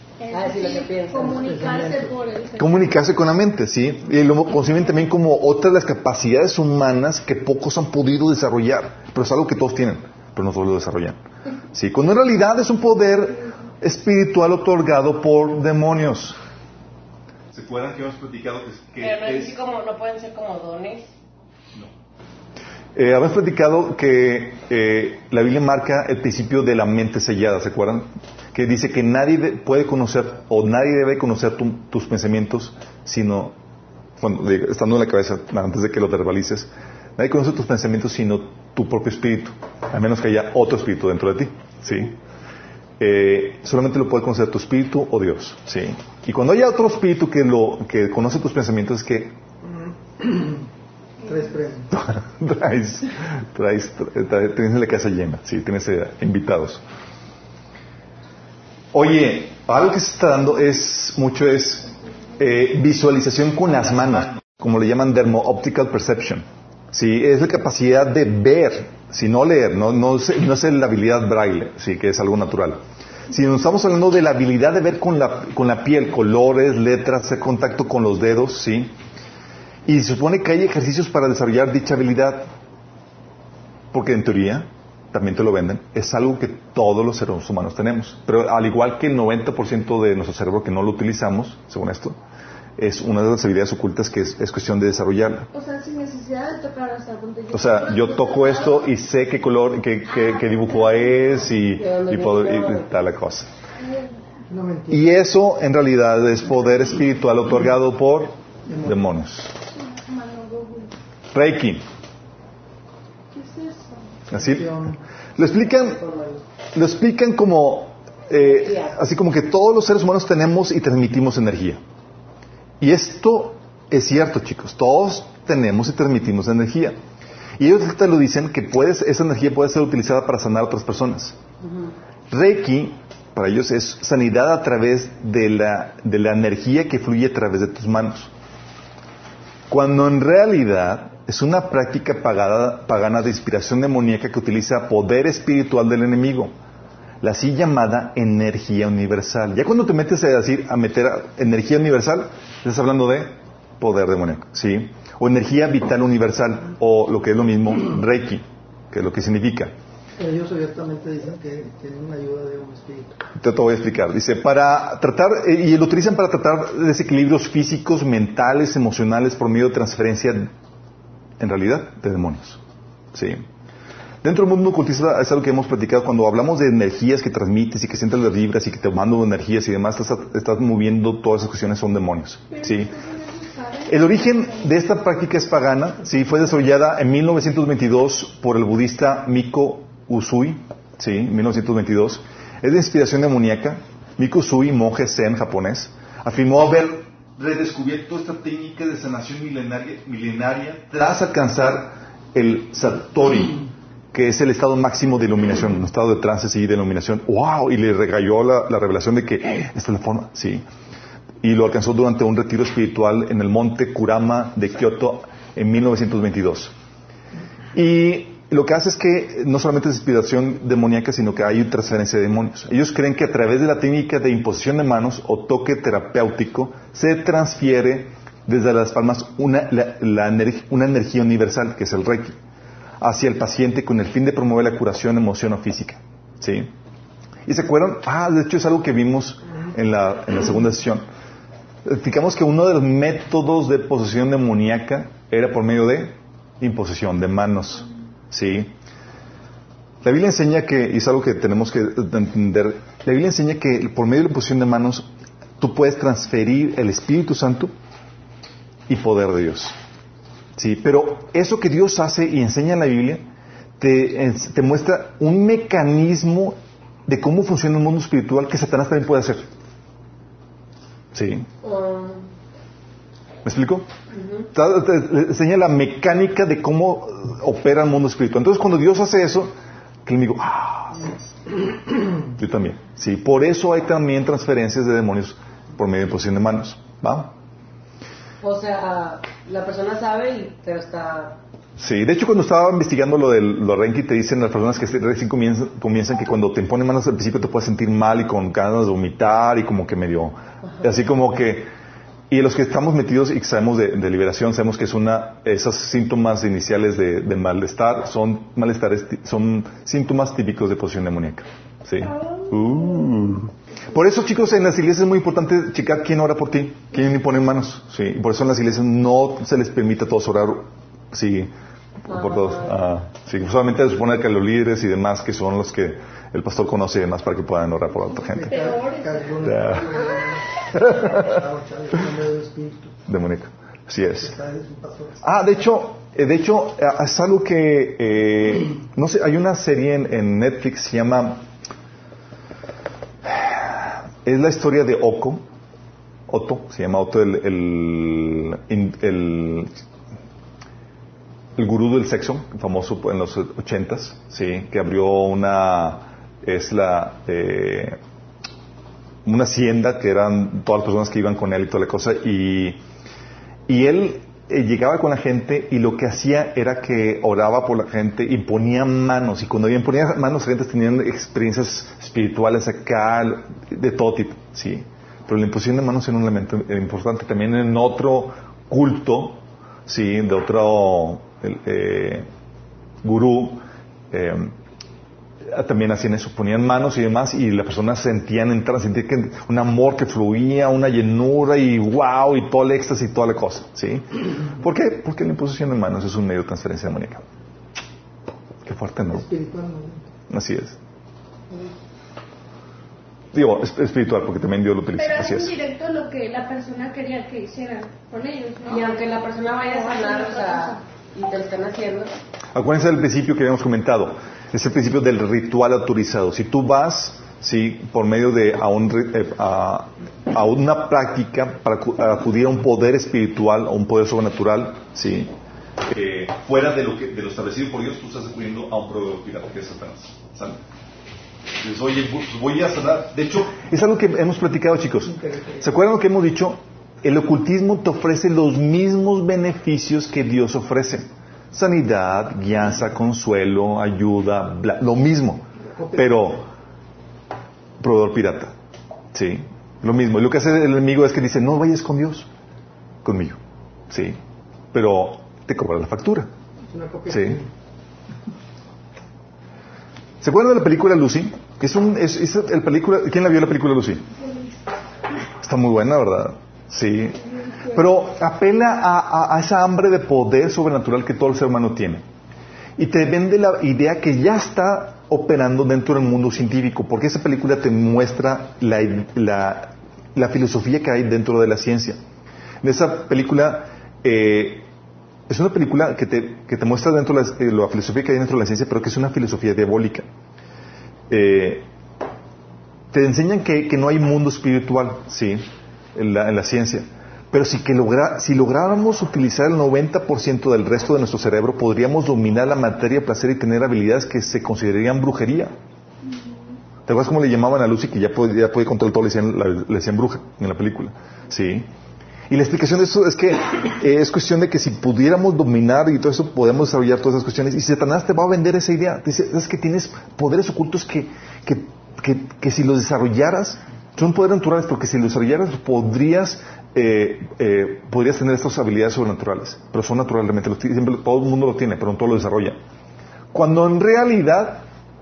Comunicarse con la mente, sí. Y lo conciben también como otra de las capacidades humanas que pocos han podido desarrollar, pero es algo que todos tienen, pero no todos lo desarrollan. Sí, cuando en realidad es un poder espiritual otorgado por demonios. ¿Se acuerdan que hemos platicado que pero no es así como, no pueden ser como dones? No. Habíamos platicado que la Biblia marca el principio de la mente sellada, ¿se acuerdan? Que dice que nadie puede conocer o nadie debe conocer tus pensamientos, sino, estando en la cabeza, antes de que lo verbalices, nadie conoce tus pensamientos sino tu propio espíritu, a menos que haya otro espíritu dentro de ti, ¿sí? Solamente lo puede conocer tu espíritu o Dios, ¿sí? Y cuando haya otro espíritu que conoce tus pensamientos, es que tienes la casa llena, ¿sí? Tienes invitados. Oye, algo que se está dando es visualización con las manos, como le llaman dermo-optical perception, ¿sí? Es la capacidad de ver, si no leer, no es la habilidad braille, sí, que es algo natural. Si nos estamos hablando de la habilidad de ver con la piel, colores, letras, hacer contacto con los dedos, ¿sí? Y se supone que hay ejercicios para desarrollar dicha habilidad, porque en teoría, también te lo venden, es algo que todos los seres humanos tenemos. Pero al igual que el 90% de nuestro cerebro que no lo utilizamos, según esto, es una de las habilidades ocultas que es cuestión de desarrollarla. O sea, sin necesidad de tocar hasta punto. O sea, yo toco esto y sé qué color, qué dibujo es y tal la cosa. Y eso en realidad es poder espiritual otorgado por demonios. Reiki. ¿Qué es eso? Así lo explican como así como que todos los seres humanos tenemos y transmitimos energía. Y esto es cierto, chicos, todos tenemos y transmitimos energía. Y ellos te lo dicen que esa energía puede ser utilizada para sanar a otras personas. Reiki, para ellos, es sanidad a través de la energía que fluye a través de tus manos. Cuando en realidad es una práctica pagana de inspiración demoníaca que utiliza poder espiritual del enemigo, la así llamada energía universal. Ya cuando te metes a meter energía universal, estás hablando de poder demoníaco, ¿sí? O energía vital universal, o lo que es lo mismo, Reiki, que es lo que significa. Ellos abiertamente dicen que tienen una ayuda de un espíritu. Te voy a explicar. Dice, para tratar, y lo utilizan para tratar desequilibrios físicos, mentales, emocionales, por medio de transferencia, en realidad, de demonios, ¿sí? Dentro del mundo ocultista es algo que hemos platicado cuando hablamos de energías que transmites y que sientes las vibras y que te mando energías y demás, estás moviendo todas esas cuestiones, son demonios, ¿sí? El origen de esta práctica es pagana, ¿sí? Fue desarrollada en 1922 por el budista Miko Usui, ¿sí? 1922. Es de inspiración demoníaca. Miko Usui, monje zen japonés, afirmó haber redescubierto esta técnica de sanación milenaria tras alcanzar el Satori, que es el estado máximo de iluminación, un estado de trance y de iluminación. ¡Wow! Y le regaló la revelación de que esta es la forma. Sí. Y lo alcanzó durante un retiro espiritual en el monte Kurama de Kioto en 1922. Y lo que hace es que no solamente es inspiración demoníaca, sino que hay transferencia de demonios. Ellos creen que a través de la técnica de imposición de manos o toque terapéutico se transfiere desde las palmas una energía universal, que es el Reiki, hacia el paciente con el fin de promover la curación emoción o física. ¿Sí? ¿Y se acuerdan? De hecho es algo que vimos en la segunda sesión. Explicamos que uno de los métodos de posesión demoníaca era por medio de imposición de manos. ¿Sí? La Biblia enseña que, y es algo que tenemos que entender, la Biblia enseña que por medio de la imposición de manos tú puedes transferir el Espíritu Santo y poder de Dios. ¿Sí? Pero eso que Dios hace y enseña en la Biblia te muestra un mecanismo de cómo funciona el mundo espiritual que Satanás también puede hacer. ¿Sí? ¿Me explico? Te enseña la mecánica de cómo opera el mundo espiritual. Entonces cuando Dios hace eso, que el enemigo, yo también. Sí, por eso hay también transferencias de demonios por medio de imposición de manos. ¿Va? O sea, la persona sabe, pero está... Sí, de hecho cuando estaba investigando lo del Reiki, te dicen las personas que recién comienzan que cuando te imponen manos al principio te puedes sentir mal y con ganas de vomitar y como que medio... Así como que... Y los que estamos metidos y que sabemos de liberación, sabemos que es esos síntomas iniciales de malestar son síntomas típicos de posesión demoníaca. ¿Sí? Por eso, chicos, en las iglesias es muy importante checar quién ora por ti, quién impone manos. Sí, y por eso en las iglesias no se les permite a todos orar. Sí, por todos. Sí, solamente se supone que los líderes y demás, que son los que el pastor conoce y demás, para que puedan orar por otra gente. Demoníaco. Así es. De hecho, es algo que no sé, hay una serie en Netflix, se llama, es la historia de Otto, se llama Otto, el gurú del sexo, famoso en los 80s, sí, que abrió una hacienda que eran todas las personas que iban con él y toda la cosa, y él llegaba con la gente y lo que hacía era que oraba por la gente y ponía manos, y cuando ponía manos la gente tenían experiencias espirituales acá de todo tipo, sí, pero la imposición de manos era un elemento importante también en otro culto, sí, de otro gurú, también hacían eso, ponían manos y demás, y las personas sentían que un amor que fluía, una llenura y wow, y todo el éxtasis y toda la cosa, ¿sí? ¿Por qué? Porque la imposición de manos es un medio de transferencia demoníaca. Qué fuerte, ¿no? Así es. Digo, espiritual, porque también Dios lo utiliza. Pero así es es. directo lo que la persona quería que hicieran con ellos, ¿no? Y aunque la persona vaya a sanar, o sea, y te lo están haciendo. Acuérdense del principio que habíamos comentado. Es el principio del ritual autorizado. Si tú vas, sí, por medio de a una práctica para acudir a un poder espiritual o un poder sobrenatural, sí, fuera de lo establecido por Dios, tú estás acudiendo a un proveedor pirata, que es Satanás. ¿Sale? Dices, oye, voy a sanar. De hecho, es algo que hemos platicado, chicos. ¿Se acuerdan lo que hemos dicho? El ocultismo te ofrece los mismos beneficios que Dios ofrece. Sanidad, guianza, consuelo, ayuda, lo mismo. Pero, proveedor pirata. Sí, lo mismo. Y lo que hace el enemigo es que dice, no vayas con Dios, conmigo. Sí, pero te cobra la factura. Sí. ¿Se acuerdan de la película Lucy? Es el película, ¿quién la vio la película Lucy? Está muy buena, ¿verdad? Sí. Pero apela a esa hambre de poder sobrenatural que todo el ser humano tiene. Y te vende la idea que ya está operando dentro del mundo científico, porque esa película te muestra la filosofía que hay dentro de la ciencia. En esa película, es una película que te muestra dentro de la filosofía que hay dentro de la ciencia, pero que es una filosofía diabólica. Te enseñan que no hay mundo espiritual, sí, en la ciencia. Pero si lográramos utilizar el 90% del resto de nuestro cerebro, podríamos dominar la materia de placer y tener habilidades que se considerarían brujería. ¿Te acuerdas cómo le llamaban a Lucy que ya podía controlar todo? Le decían bruja en la película. ¿Sí? Y la explicación de eso es que es cuestión de que si pudiéramos dominar y todo eso, podemos desarrollar todas esas cuestiones. Y Satanás te va a vender esa idea. Te dice, es que tienes poderes ocultos que si los desarrollaras, son poderes naturales, porque si los desarrollaras podrías tener estas habilidades sobrenaturales. Pero son naturalmente, siempre todo el mundo lo tiene, pero no todo lo desarrolla. Cuando en realidad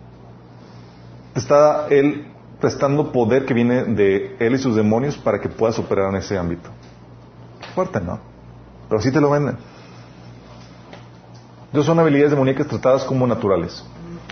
está él prestando poder que viene de él y sus demonios para que puedas operar en ese ámbito. Fuerte, ¿no? Pero así te lo venden. Entonces son habilidades demoníacas tratadas como naturales.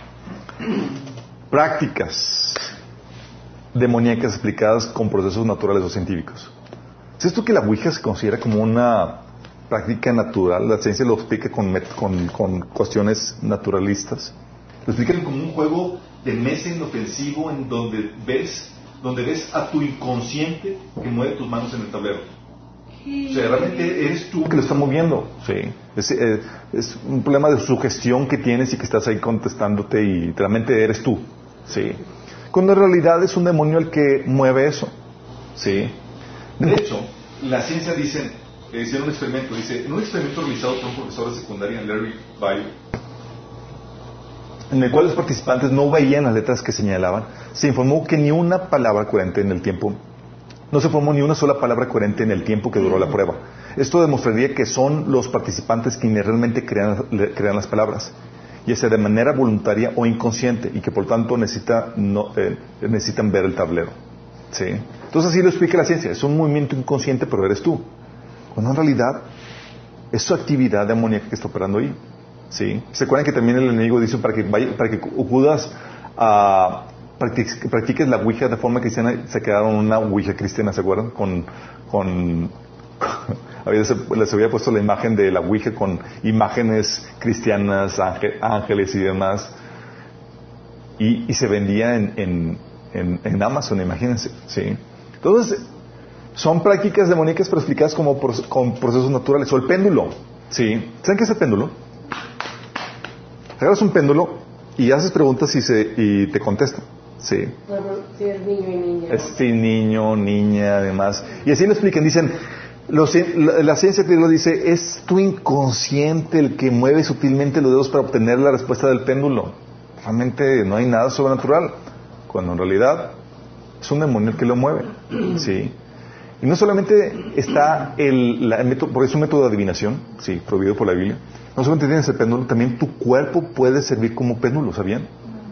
Prácticas demoníacas explicadas con procesos naturales o científicos. ¿Es esto que la Ouija se considera como una práctica natural? La ciencia lo explica con cuestiones naturalistas. Lo explican como un juego de mesa inofensivo en donde ves a tu inconsciente que mueve tus manos en el tablero. O sea, realmente eres tú que lo está moviendo. Sí. Es un problema de sugestión que tienes y que estás ahí contestándote y realmente eres tú. Sí. Cuando en realidad es un demonio el que mueve eso. Sí. De hecho, la ciencia hicieron un experimento. En un experimento realizado por un profesor de secundaria, Larry Bayo, en el cual los participantes no veían las letras que señalaban, se informó que ni una palabra coherente en el tiempo. No se formó ni una sola palabra coherente en el tiempo que duró la prueba. Esto demostraría que son los participantes quienes realmente crean las palabras, ya sea de manera voluntaria o inconsciente, y que por tanto necesitan ver el tablero. ¿Sí? Entonces así lo explica la ciencia. Es un movimiento inconsciente, pero eres tú. Cuando en realidad es su actividad demoníaca que está operando ahí. ¿Sí? ¿Se acuerdan que también el enemigo dice para que acudas a practiques la Ouija de forma cristiana? Se quedaron una Ouija cristiana, ¿se acuerdan? Les había puesto la imagen de la Ouija con imágenes cristianas, ángeles y demás, y se vendía en Amazon, imagínense. ¿Sí? Entonces son prácticas demoníacas pero explicadas como con procesos naturales. O el péndulo. ¿Sí? ¿Saben qué es el péndulo? Agarras un péndulo y haces preguntas y te contesta. Sí. Si es niño y niña. Sí, niño, niña, además. Y así lo explican. Dicen, la ciencia que lo dice, es tu inconsciente el que mueve sutilmente los dedos para obtener la respuesta del péndulo. Realmente no hay nada sobrenatural, cuando en realidad es un demonio el que lo mueve. Sí. Y no solamente está el método, porque es un método de adivinación, sí, prohibido por la Biblia. No solamente tienes el péndulo, también tu cuerpo puede servir como péndulo, ¿sabían?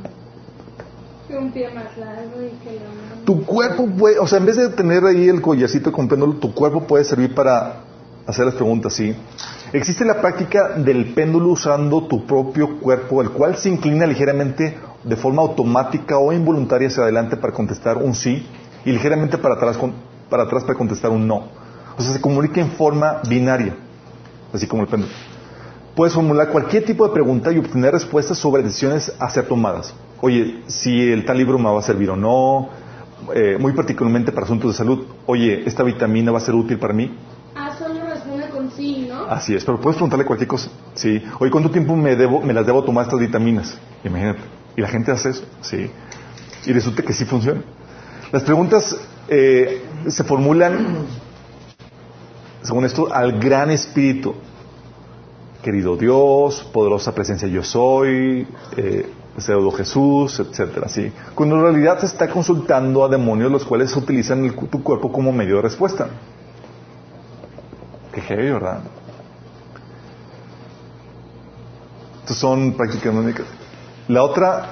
Un pie más largo y que tu cuerpo puede, o sea, en vez de tener ahí el collarcito con péndulo, tu cuerpo puede servir para hacer las preguntas, ¿sí? Existe la práctica del péndulo usando tu propio cuerpo, el cual se inclina ligeramente de forma automática o involuntaria hacia adelante para contestar un sí y ligeramente para atrás para contestar un no. O sea, se comunica en forma binaria, así como el péndulo. Puedes formular cualquier tipo de pregunta y obtener respuestas sobre decisiones a ser tomadas. Oye, si el tal libro me va a servir o no, muy particularmente para asuntos de salud. Oye, ¿esta vitamina va a ser útil para mí? Solo responde con sí, ¿no? Así es, pero puedes preguntarle cualquier cosa. Sí. Oye, ¿cuánto tiempo me las debo tomar estas vitaminas? Imagínate. Y la gente hace eso. Sí. Y resulta que sí funciona. Las preguntas se formulan, según esto, al gran espíritu. Querido Dios, poderosa presencia yo soy, pseudo Jesús, etcétera, ¿sí? Cuando en realidad se está consultando a demonios los cuales utilizan tu cuerpo como medio de respuesta. Qué heavy, ¿verdad? Estas son prácticas únicas. La otra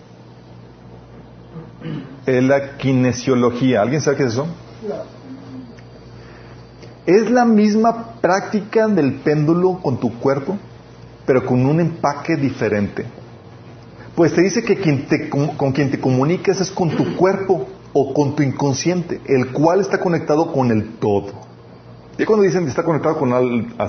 es la kinesiología. ¿Alguien sabe qué es eso? No. Es la misma práctica del péndulo con tu cuerpo, pero con un empaque diferente. Pues te dice que con quien te comunicas es con tu cuerpo o con tu inconsciente, el cual está conectado con el todo. Y cuando dicen que está conectado con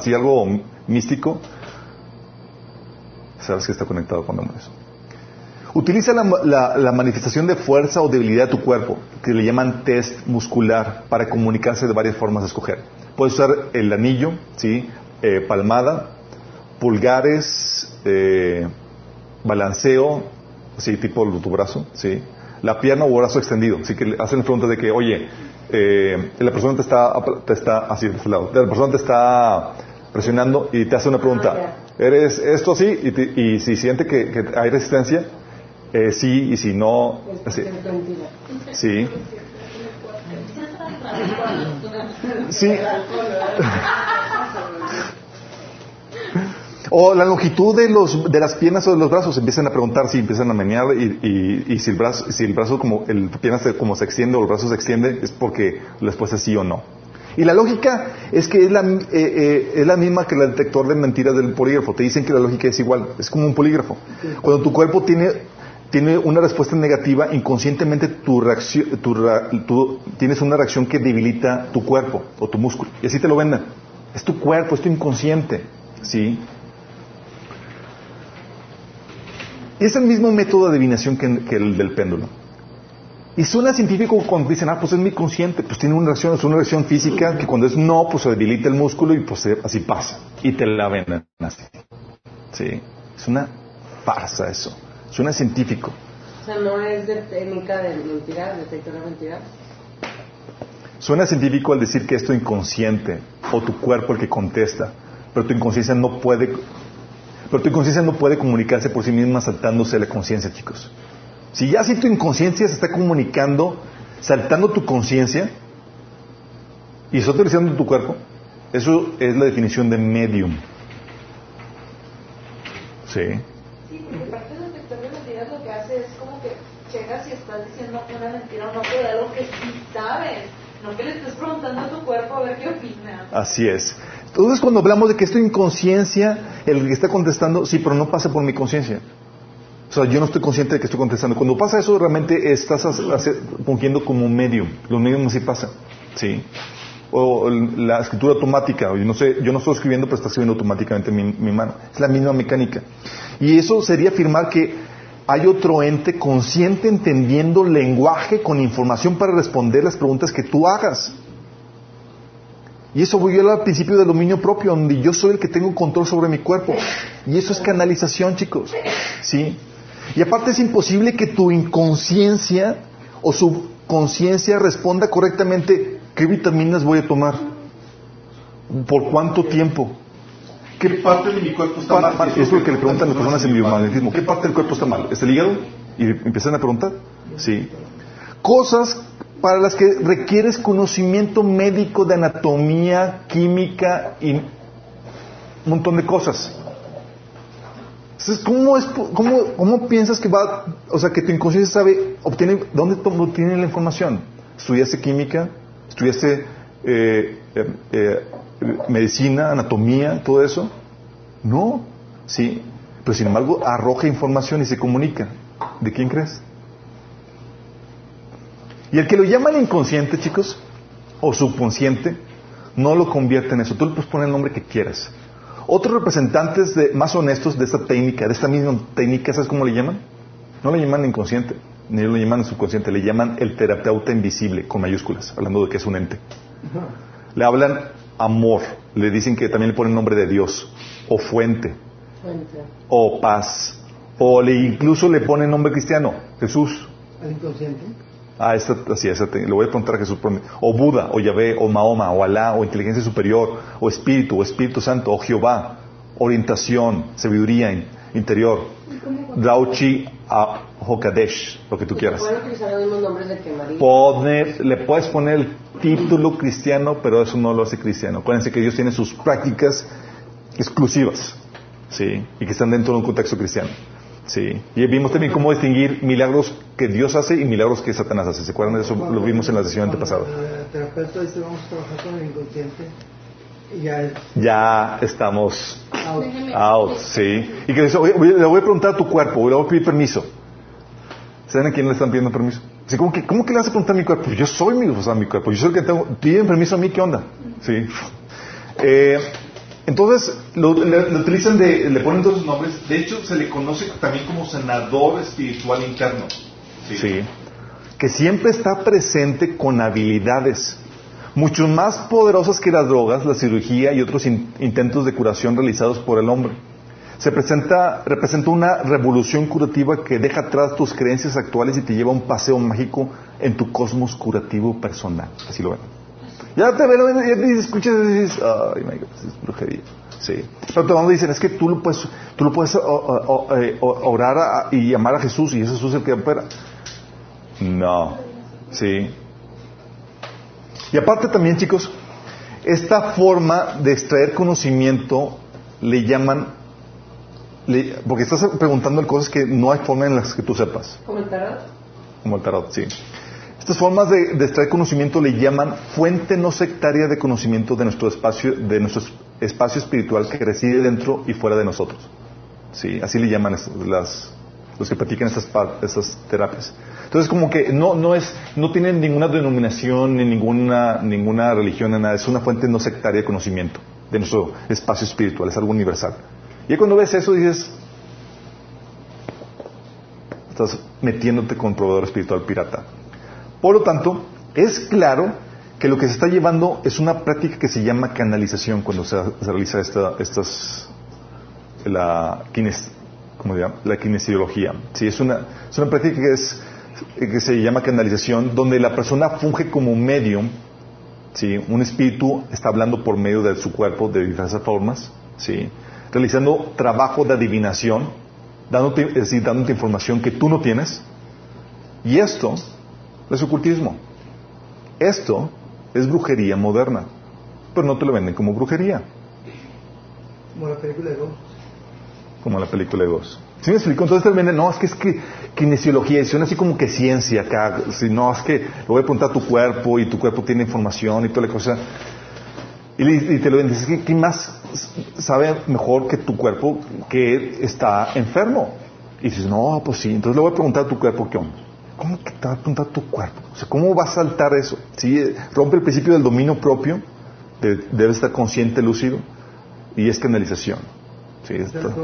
algo místico, sabes que está conectado con demonios. Utiliza la manifestación de fuerza o debilidad de tu cuerpo, que le llaman test muscular, para comunicarse de varias formas de escoger. Puedes usar el anillo, ¿sí? Palmada, pulgares, balanceo, ¿sí? Tipo tu brazo, ¿sí? La pierna o brazo extendido. Así que hacen preguntas de que, oye, la persona te está así de este lado, la persona te está presionando y te hace una pregunta. ¿Eres esto así? Y si siente que hay resistencia, sí, y si no, así. Sí. Sí. O la longitud de las piernas o de los brazos, empiezan a preguntar, si empiezan a menear y si el brazo como el pierna como se extiende o el brazo se extiende, es porque la respuesta es sí o no. Y la lógica es que es la misma que el detector de mentiras del polígrafo. Te dicen que la lógica es igual, es como un polígrafo. Cuando tu cuerpo tiene una respuesta negativa, inconscientemente tú tienes una reacción que debilita tu cuerpo o tu músculo. Y así te lo venden. Es tu cuerpo, es tu inconsciente. ¿Sí? Y es el mismo método de adivinación que el del péndulo. Y suena científico cuando dicen, pues es mi consciente, pues tiene una reacción, es una reacción física que cuando es no, pues se debilita el músculo y pues así pasa. Y te la venden así. ¿Sí? Es una farsa eso. Suena científico. O sea, no es de técnica de mentiras, detector de mentiras. Suena científico al decir que es tu inconsciente o tu cuerpo el que contesta, pero tu inconsciencia no puede comunicarse por sí misma saltándose la conciencia, chicos. Si tu inconsciencia se está comunicando saltando tu conciencia y está utilizando tu cuerpo, eso es la definición de medium. Sí. Sí, porque parte del detector de mentiras lo que hace es como que checa si estás diciendo una mentira o no, pero de algo que sí sabes, no que le estés preguntando a tu cuerpo a ver qué opina. Así es. Entonces, cuando hablamos de que es tu inconsciencia el que está contestando, sí, pero no pasa por mi conciencia. O sea, yo no estoy consciente de que estoy contestando. Cuando pasa eso, realmente estás fungiendo como un medium. Los mediums así pasa. ¿Sí? O la escritura automática. Yo no estoy escribiendo, pero está escribiendo automáticamente mi mano. Es la misma mecánica. Y eso sería afirmar que hay otro ente consciente entendiendo lenguaje con información para responder las preguntas que tú hagas. Y eso voy al principio del dominio propio, donde yo soy el que tengo control sobre mi cuerpo. Y eso es canalización, chicos. ¿Sí? Y aparte es imposible que tu inconsciencia o subconsciencia responda correctamente qué vitaminas voy a tomar, por cuánto tiempo. ¿Qué parte de mi cuerpo está mal? Eso es lo que le preguntan las personas en biomagnetismo. ¿Qué parte del cuerpo está mal? ¿Es el hígado? Y empiezan a preguntar. Sí. Cosas para las que requieres conocimiento médico de anatomía, química y un montón de cosas. Entonces, ¿cómo piensas que que tu inconsciencia obtiene la información? ¿Estudiaste química? ¿Estudiaste medicina, anatomía, todo eso? No, sí, pero sin embargo arroja información y se comunica. ¿De quién crees? Y el que lo llaman inconsciente, chicos, o subconsciente, no lo convierte en eso. Tú le puedes poner el nombre que quieras. Otros representantes más honestos de esta misma técnica, ¿sabes cómo le llaman? No le llaman inconsciente, ni lo llaman subconsciente, le llaman el terapeuta invisible, con mayúsculas, hablando de que es un ente. Le hablan amor, le dicen que también le ponen nombre de Dios, o fuente, o paz, o incluso le ponen nombre cristiano, Jesús. ¿El inconsciente? Le voy a preguntar a Jesús, o Buda, o Yahvé, o Mahoma, o Alá, o inteligencia superior, o Espíritu Santo, o Jehová, orientación, sabiduría interior, Dao Chi, Hokadesh, lo que tú quieras. ¿Pueden utilizar los mismos nombres de que María? Le puedes poner el título cristiano, pero eso no lo hace cristiano. Acuérdense que Dios tiene sus prácticas exclusivas, ¿sí? Y que están dentro de un contexto cristiano. Sí, y vimos también cómo distinguir milagros que Dios hace y milagros que Satanás hace. ¿Se acuerdan de eso? Lo vimos en la sesión antepasada. El terapeuta dice vamos a trabajar con el inconsciente y ya estamos out, sí. Y que dice, oye, le voy a preguntar a tu cuerpo, le voy a pedir permiso. ¿Saben a quién le están pidiendo permiso? Así, ¿cómo que le vas a preguntar a mi cuerpo? Yo soy mi cuerpo, yo soy el que tengo. ¿Piden permiso a mí? ¿Qué onda? Sí. Entonces, lo utilizan le ponen todos sus nombres. De hecho, se le conoce también como sanador espiritual interno. Sí. Que siempre está presente con habilidades mucho más poderosas que las drogas, la cirugía y otros intentos de curación realizados por el hombre. Representa una revolución curativa que deja atrás tus creencias actuales y te lleva a un paseo mágico en tu cosmos curativo personal. Así lo ven. Ya te escuchas y dices, ay, my God, es brujería. Sí. Pero cuando dicen, es que tú lo puedes orar y llamar a Jesús y es Jesús el que opera. No. Sí. Y aparte también, chicos, esta forma de extraer conocimiento le llaman, porque estás preguntando cosas que no hay forma en las que tú sepas. ¿Como el tarot? Como el tarot, sí. Estas formas de extraer conocimiento le llaman fuente no sectaria de conocimiento de nuestro espacio espiritual que reside dentro y fuera de nosotros. Sí, así le llaman los que practican estas terapias. Entonces, como que no tienen ninguna denominación ni ninguna religión, nada. Es una fuente no sectaria de conocimiento de nuestro espacio espiritual, es algo universal. Y cuando ves eso dices, estás metiéndote con un proveedor espiritual pirata. Por lo tanto, es claro que lo que se está llevando es una práctica que se llama canalización cuando se realiza la kinesiología. Sí, es una práctica que se llama canalización, donde la persona funge como medium. ¿Sí? Un espíritu está hablando por medio de su cuerpo de diversas formas, ¿sí? Realizando trabajo de adivinación, dándote información que tú no tienes. Y esto es ocultismo. Esto es brujería moderna, pero no te lo venden como brujería. Como la película de Ghost. Como la película de Ghost. ¿Sí me explico? Entonces te venden, no, es que kinesiología, es así como que ciencia acá. Si no, es que le voy a preguntar a tu cuerpo y tu cuerpo tiene información y toda la cosa. Y te lo venden. Es que ¿quién más sabe mejor que tu cuerpo que está enfermo? Y dices, no, pues sí. Entonces le voy a preguntar a tu cuerpo, ¿qué onda? ¿Cómo que te va a preguntar a tu cuerpo? O sea, ¿cómo va a saltar eso? ¿Sí? Rompe el principio del dominio propio, debes estar consciente, lúcido, y es canalización. Sí,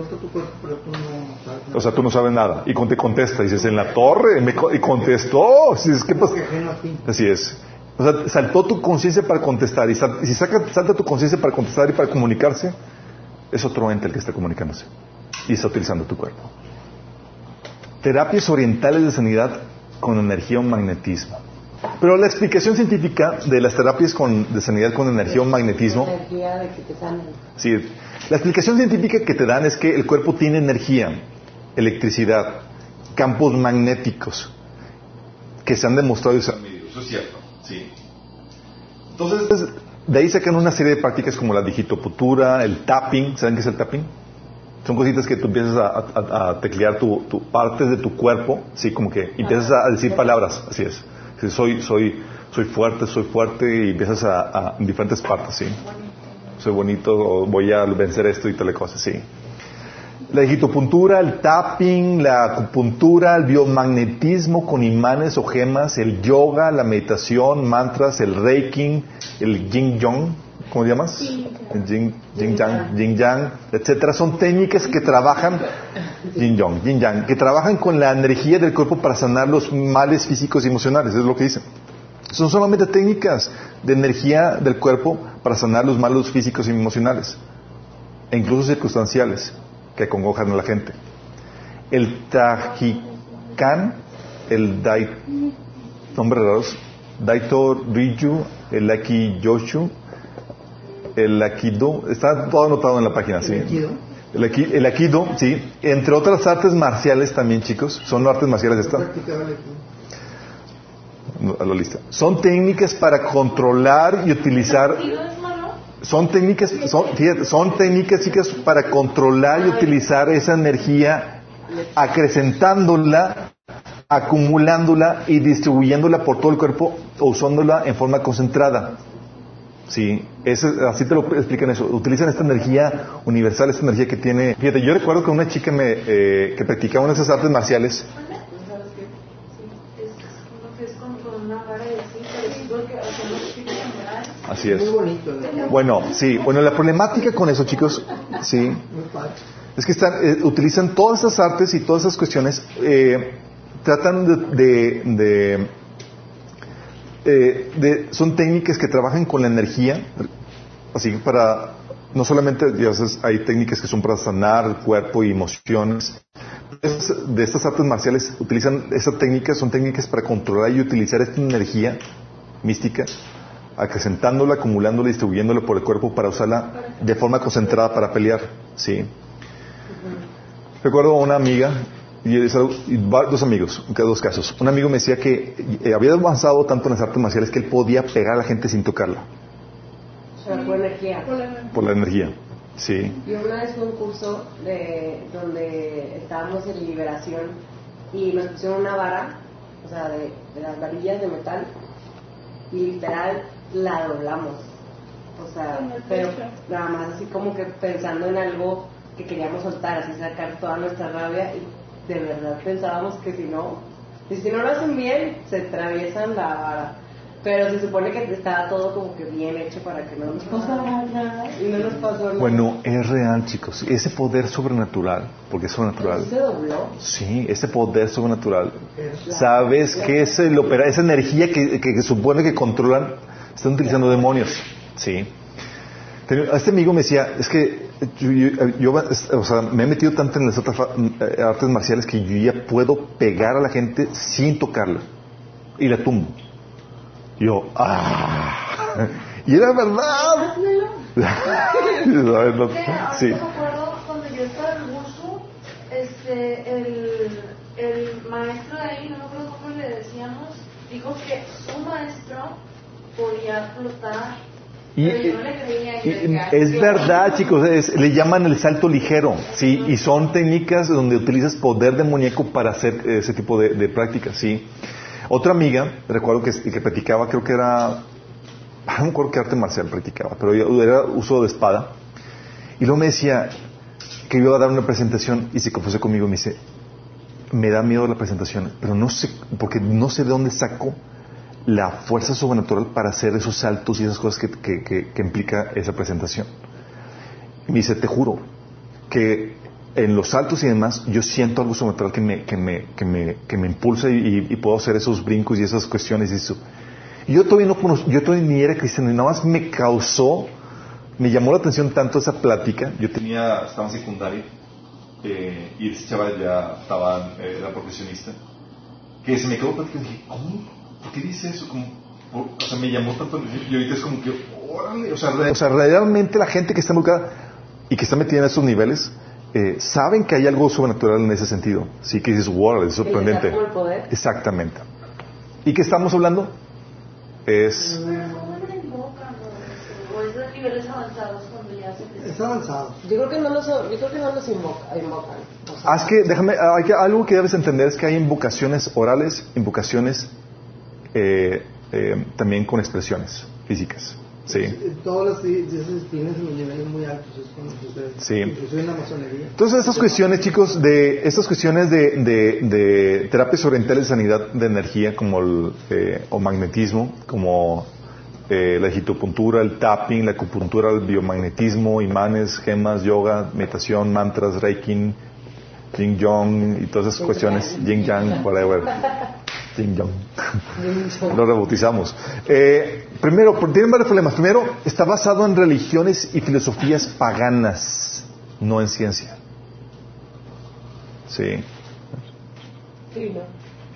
o sea, tú no sabes nada. Y te contesta, dices, en la torre, y contestó. ¿Qué pasa? Así es. O sea, saltó tu conciencia para contestar. Y si salta tu conciencia para contestar y para comunicarse, es otro ente el que está comunicándose. Y está utilizando tu cuerpo. Terapias orientales de sanidad con energía o magnetismo. Pero la explicación científica de las terapias de sanidad con energía o magnetismo, sí, la explicación científica que te dan es que el cuerpo tiene energía, electricidad, campos magnéticos que se han demostrado y se han medido. Eso es cierto, sí. Entonces, de ahí sacan una serie de prácticas como la digitopuntura, el tapping. ¿Saben qué es el tapping? Son cositas que tú empiezas a teclear partes de tu cuerpo, sí, como que empiezas a decir palabras, así es. Soy fuerte, y empiezas en diferentes partes, sí. Soy bonito, o voy a vencer esto y tal cosa, sí. La digitopuntura, el tapping, la acupuntura, el biomagnetismo con imanes o gemas, el yoga, la meditación, mantras, el reiki, el yin yang, ¿cómo te llamas? El yin yang, etcétera. Son técnicas que trabajan yin yang, que trabajan con la energía del cuerpo para sanar los males físicos y emocionales, es lo que dicen. Son solamente técnicas de energía del cuerpo para sanar los malos físicos y emocionales, e incluso circunstanciales, que acongojan a la gente. El Tajikan, nombres raros, Daito Ryu, el Akiyoshu, el Aikido, está todo anotado en la página, ¿sí? El Aikido, sí, entre otras artes marciales también, chicos, son artes marciales esta. Lo listo. Son técnicas para controlar y utilizar. Son técnicas, chicas, para controlar y utilizar esa energía, acrecentándola, acumulándola y distribuyéndola por todo el cuerpo o usándola en forma concentrada. Sí, así te lo explican eso. Utilizan esta energía universal, esta energía que tiene. Fíjate, yo recuerdo que una chica que practicaba una de esas artes marciales. Así es. Muy bonito, ¿no? Bueno, sí. Bueno, la problemática con eso, chicos, sí, Muy padre. es que utilizan todas esas artes y todas esas cuestiones, tratan son técnicas que trabajan con la energía, así que no solamente hay técnicas que son para sanar el cuerpo y emociones. De estas artes marciales utilizan esas técnicas, son técnicas para controlar y utilizar esta energía mística, acrecentándola, acumulándola, distribuyéndola por el cuerpo para usarla de forma concentrada para pelear. Sí. Recuerdo a una amiga y dos amigos, dos casos. Un amigo me decía que había avanzado tanto en las artes marciales que él podía pegar a la gente sin tocarla. O sea, por energía. Por la energía. Sí. Yo una vez fue un curso donde estábamos en liberación y nos pusieron una vara, o sea, de las varillas de metal, y literal la doblamos. O sea, pero nada más así como que pensando en algo que queríamos soltar, así sacar toda nuestra rabia, y de verdad pensábamos que si no lo hacen bien, se atraviesan la vara. Pero se supone que estaba todo como que bien hecho para que no nos pasara nada, y no nos pasó nada. Bueno, es real, chicos. Ese poder sobrenatural, porque es sobrenatural. ¿Se dobló? Sí, ese poder sobrenatural. ¿Sabes qué es esa energía que supone que controlan? Están utilizando demonios. Sí. Este amigo me decía, es que yo o sea, me he metido tanto en las otras artes marciales que yo ya puedo pegar a la gente sin tocarla. Y la tumbo. Yo, y era verdad. Sí. Me acuerdo cuando yo estaba en Wusu, el maestro de ahí, no me acuerdo cómo le decíamos, dijo que su maestro podía flotar. Pero yo no le creía. Es verdad, chicos, le llaman el salto ligero, sí, y son técnicas donde utilizas poder demoníaco para hacer ese tipo de prácticas, sí. Otra amiga, recuerdo que practicaba, creo que era, no me acuerdo qué arte marcial practicaba, pero era uso de espada. Y luego me decía que iba a dar una presentación y se confesó conmigo y me dice, me da miedo la presentación, pero no sé, porque no sé de dónde saco la fuerza sobrenatural para hacer esos saltos y esas cosas que implica esa presentación. Y me dice, te juro que en los saltos y demás, yo siento algo sobrenatural que me impulsa y puedo hacer esos brincos y esas cuestiones y eso. Y yo todavía ni era cristiano, y nada más me llamó la atención tanto esa plática. Estaba en secundaria, y ese chaval ya era profesionista, que se me quedó platicando y dije, ¿cómo? ¿Por qué dice eso? O sea, me llamó tanto, y ahorita es como que, órale, o sea, realmente la gente que está involucrada y que está metida en esos niveles, saben que hay algo sobrenatural en ese sentido. Sí, que dices, wow, es sorprendente. ¿El poder? Exactamente. ¿Y qué estamos hablando? Es... ¿Cómo se invocan? ¿O es de niveles avanzados cuando ya se... Es avanzado. Yo creo que no los invocan. O sea, es que algo que debes entender es que hay invocaciones orales, invocaciones también con expresiones físicas. Sí. Todas las disciplinas en los niveles muy altos es cuando sucede. Sí. Incluso en la masonería. Entonces, estas cuestiones, chicos, de terapias orientales de sanidad de energía, como o magnetismo, como la digitopuntura, el tapping, la acupuntura, el biomagnetismo, imanes, gemas, yoga, meditación, mantras, reiki, yin yang y todas esas cuestiones, yin yang, whatever. Yin yang. Lo rebautizamos. Primero, tienen varios problemas. Primero, está basado en religiones y filosofías paganas, no en ciencia. Sí. sí, ¿no?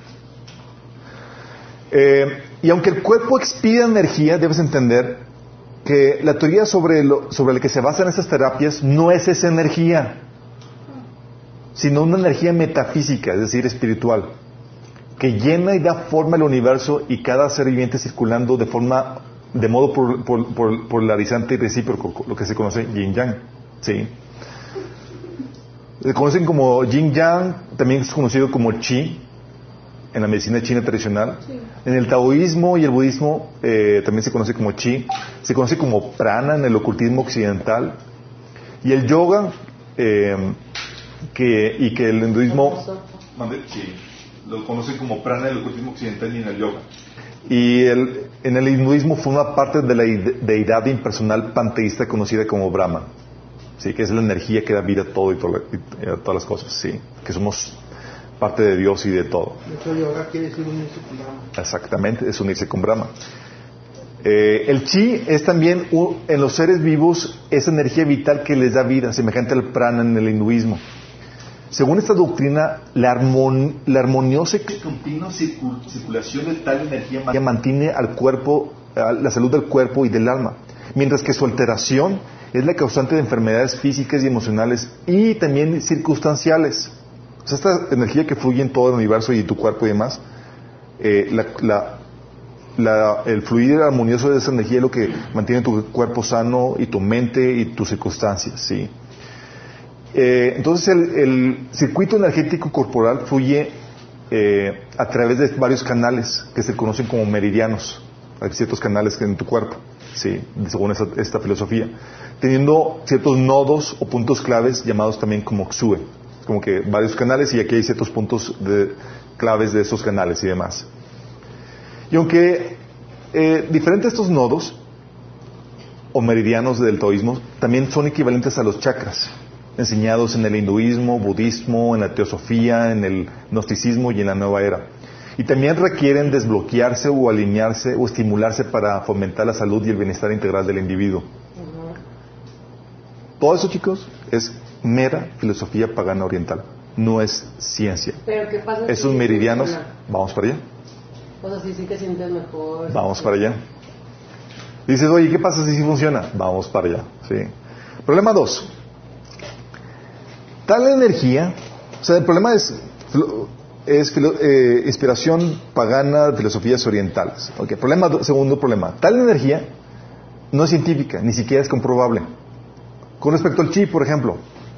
Y aunque el cuerpo expida energía, debes entender que la teoría sobre la que se basan esas terapias no es esa energía, sino una energía metafísica, es decir, espiritual, que llena y da forma al universo y cada ser viviente circulando de modo polarizante y recíproco, lo que se conoce yin-yang. ¿Sí? Se conocen como yin-yang, también es conocido como chi en la medicina china tradicional. Sí. En el taoísmo y el budismo también se conoce como chi. Se conoce como prana en el ocultismo occidental. Y el yoga, que el hinduismo... Sí. Lo conocen como prana en el ocultismo occidental y en el yoga. Y en el hinduismo forma parte de la deidad impersonal panteísta conocida como Brahma. Sí, que es la energía que da vida a todo y todas las cosas, sí, que somos parte de Dios y de todo. Eso yoga quiere decir unirse con Brahma. Exactamente, es unirse con Brahma. El chi es también en los seres vivos esa energía vital que les da vida, semejante al prana en el hinduismo. Según esta doctrina, la armoniosa y continua circulación de tal energía mantiene al cuerpo, la salud del cuerpo y del alma, mientras que su alteración es la causante de enfermedades físicas y emocionales y también circunstanciales. O sea, esta energía que fluye en todo el universo y en tu cuerpo y demás, el fluir armonioso de esa energía es lo que mantiene tu cuerpo sano y tu mente y tus circunstancias, ¿sí? Entonces el circuito energético corporal fluye a través de varios canales que se conocen como meridianos. Hay ciertos canales en tu cuerpo, ¿sí? Según esta filosofía, teniendo ciertos nodos o puntos claves llamados también como Xue, como que varios canales, y aquí hay ciertos puntos claves de esos canales y demás. Y aunque diferentes estos nodos o meridianos del taoísmo también son equivalentes a los chakras enseñados en el hinduismo, budismo, en la teosofía, en el gnosticismo y en la nueva era. Y también requieren desbloquearse o alinearse o estimularse para fomentar la salud y el bienestar integral del individuo. Todo eso, chicos, es mera filosofía pagana oriental. No es ciencia. Pero ¿qué pasa? Esos meridianos, vamos para allá. O sea, sí te sientes mejor. Vamos para allá. Dices, oye, ¿qué pasa si sí funciona? Vamos para allá. ¿Sí? Problema 2. Tal energía, o sea, el problema es inspiración pagana de filosofías orientales. Okay. Segundo problema. Tal energía no es científica, ni siquiera es comprobable. Con respecto al chi, por ejemplo,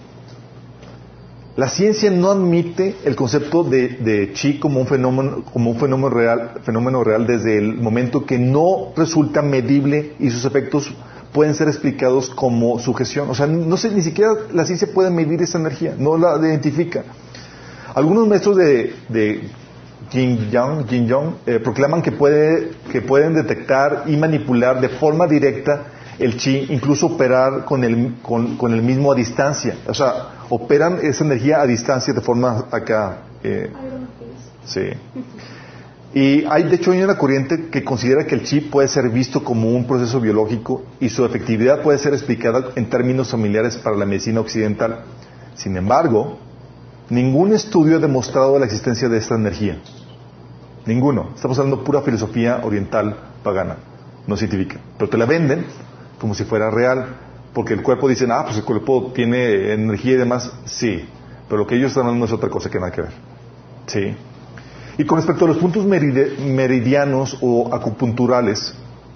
la ciencia no admite el concepto de chi como un fenómeno real desde el momento que no resulta medible y sus efectos pueden ser explicados como sugestión. O sea, no sé, ni siquiera la ciencia puede medir esa energía, no la identifica. Algunos maestros de Yin Yong proclaman que pueden detectar y manipular de forma directa el chi, incluso operar con el mismo a distancia. O sea, operan esa energía a distancia de forma acá. Sí. Y de hecho hay una corriente que considera que el chi puede ser visto como un proceso biológico y su efectividad puede ser explicada en términos familiares para la medicina occidental. Sin embargo, ningún estudio ha demostrado la existencia de esta energía. Ninguno. Estamos hablando de pura filosofía oriental pagana, no científica. Pero te la venden como si fuera real, porque el cuerpo dice, pues el cuerpo tiene energía y demás. Sí, pero lo que ellos están hablando es otra cosa que nada que ver. Sí. Y con respecto a los puntos meridianos o acupunturales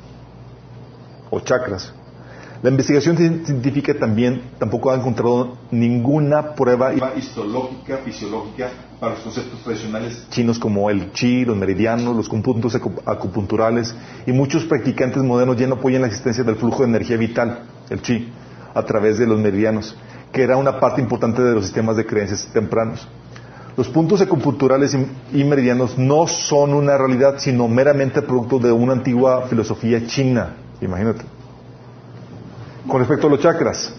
o chakras, la investigación científica tampoco ha encontrado ninguna prueba histológica, fisiológica para los conceptos tradicionales chinos como el chi, los meridianos, los puntos acupunturales, y muchos practicantes modernos ya no apoyan la existencia del flujo de energía vital, el chi, a través de los meridianos, que era una parte importante de los sistemas de creencias tempranos. Los puntos acupunturales y meridianos no son una realidad, sino meramente producto de una antigua filosofía china. Imagínate. Con respecto a los chakras.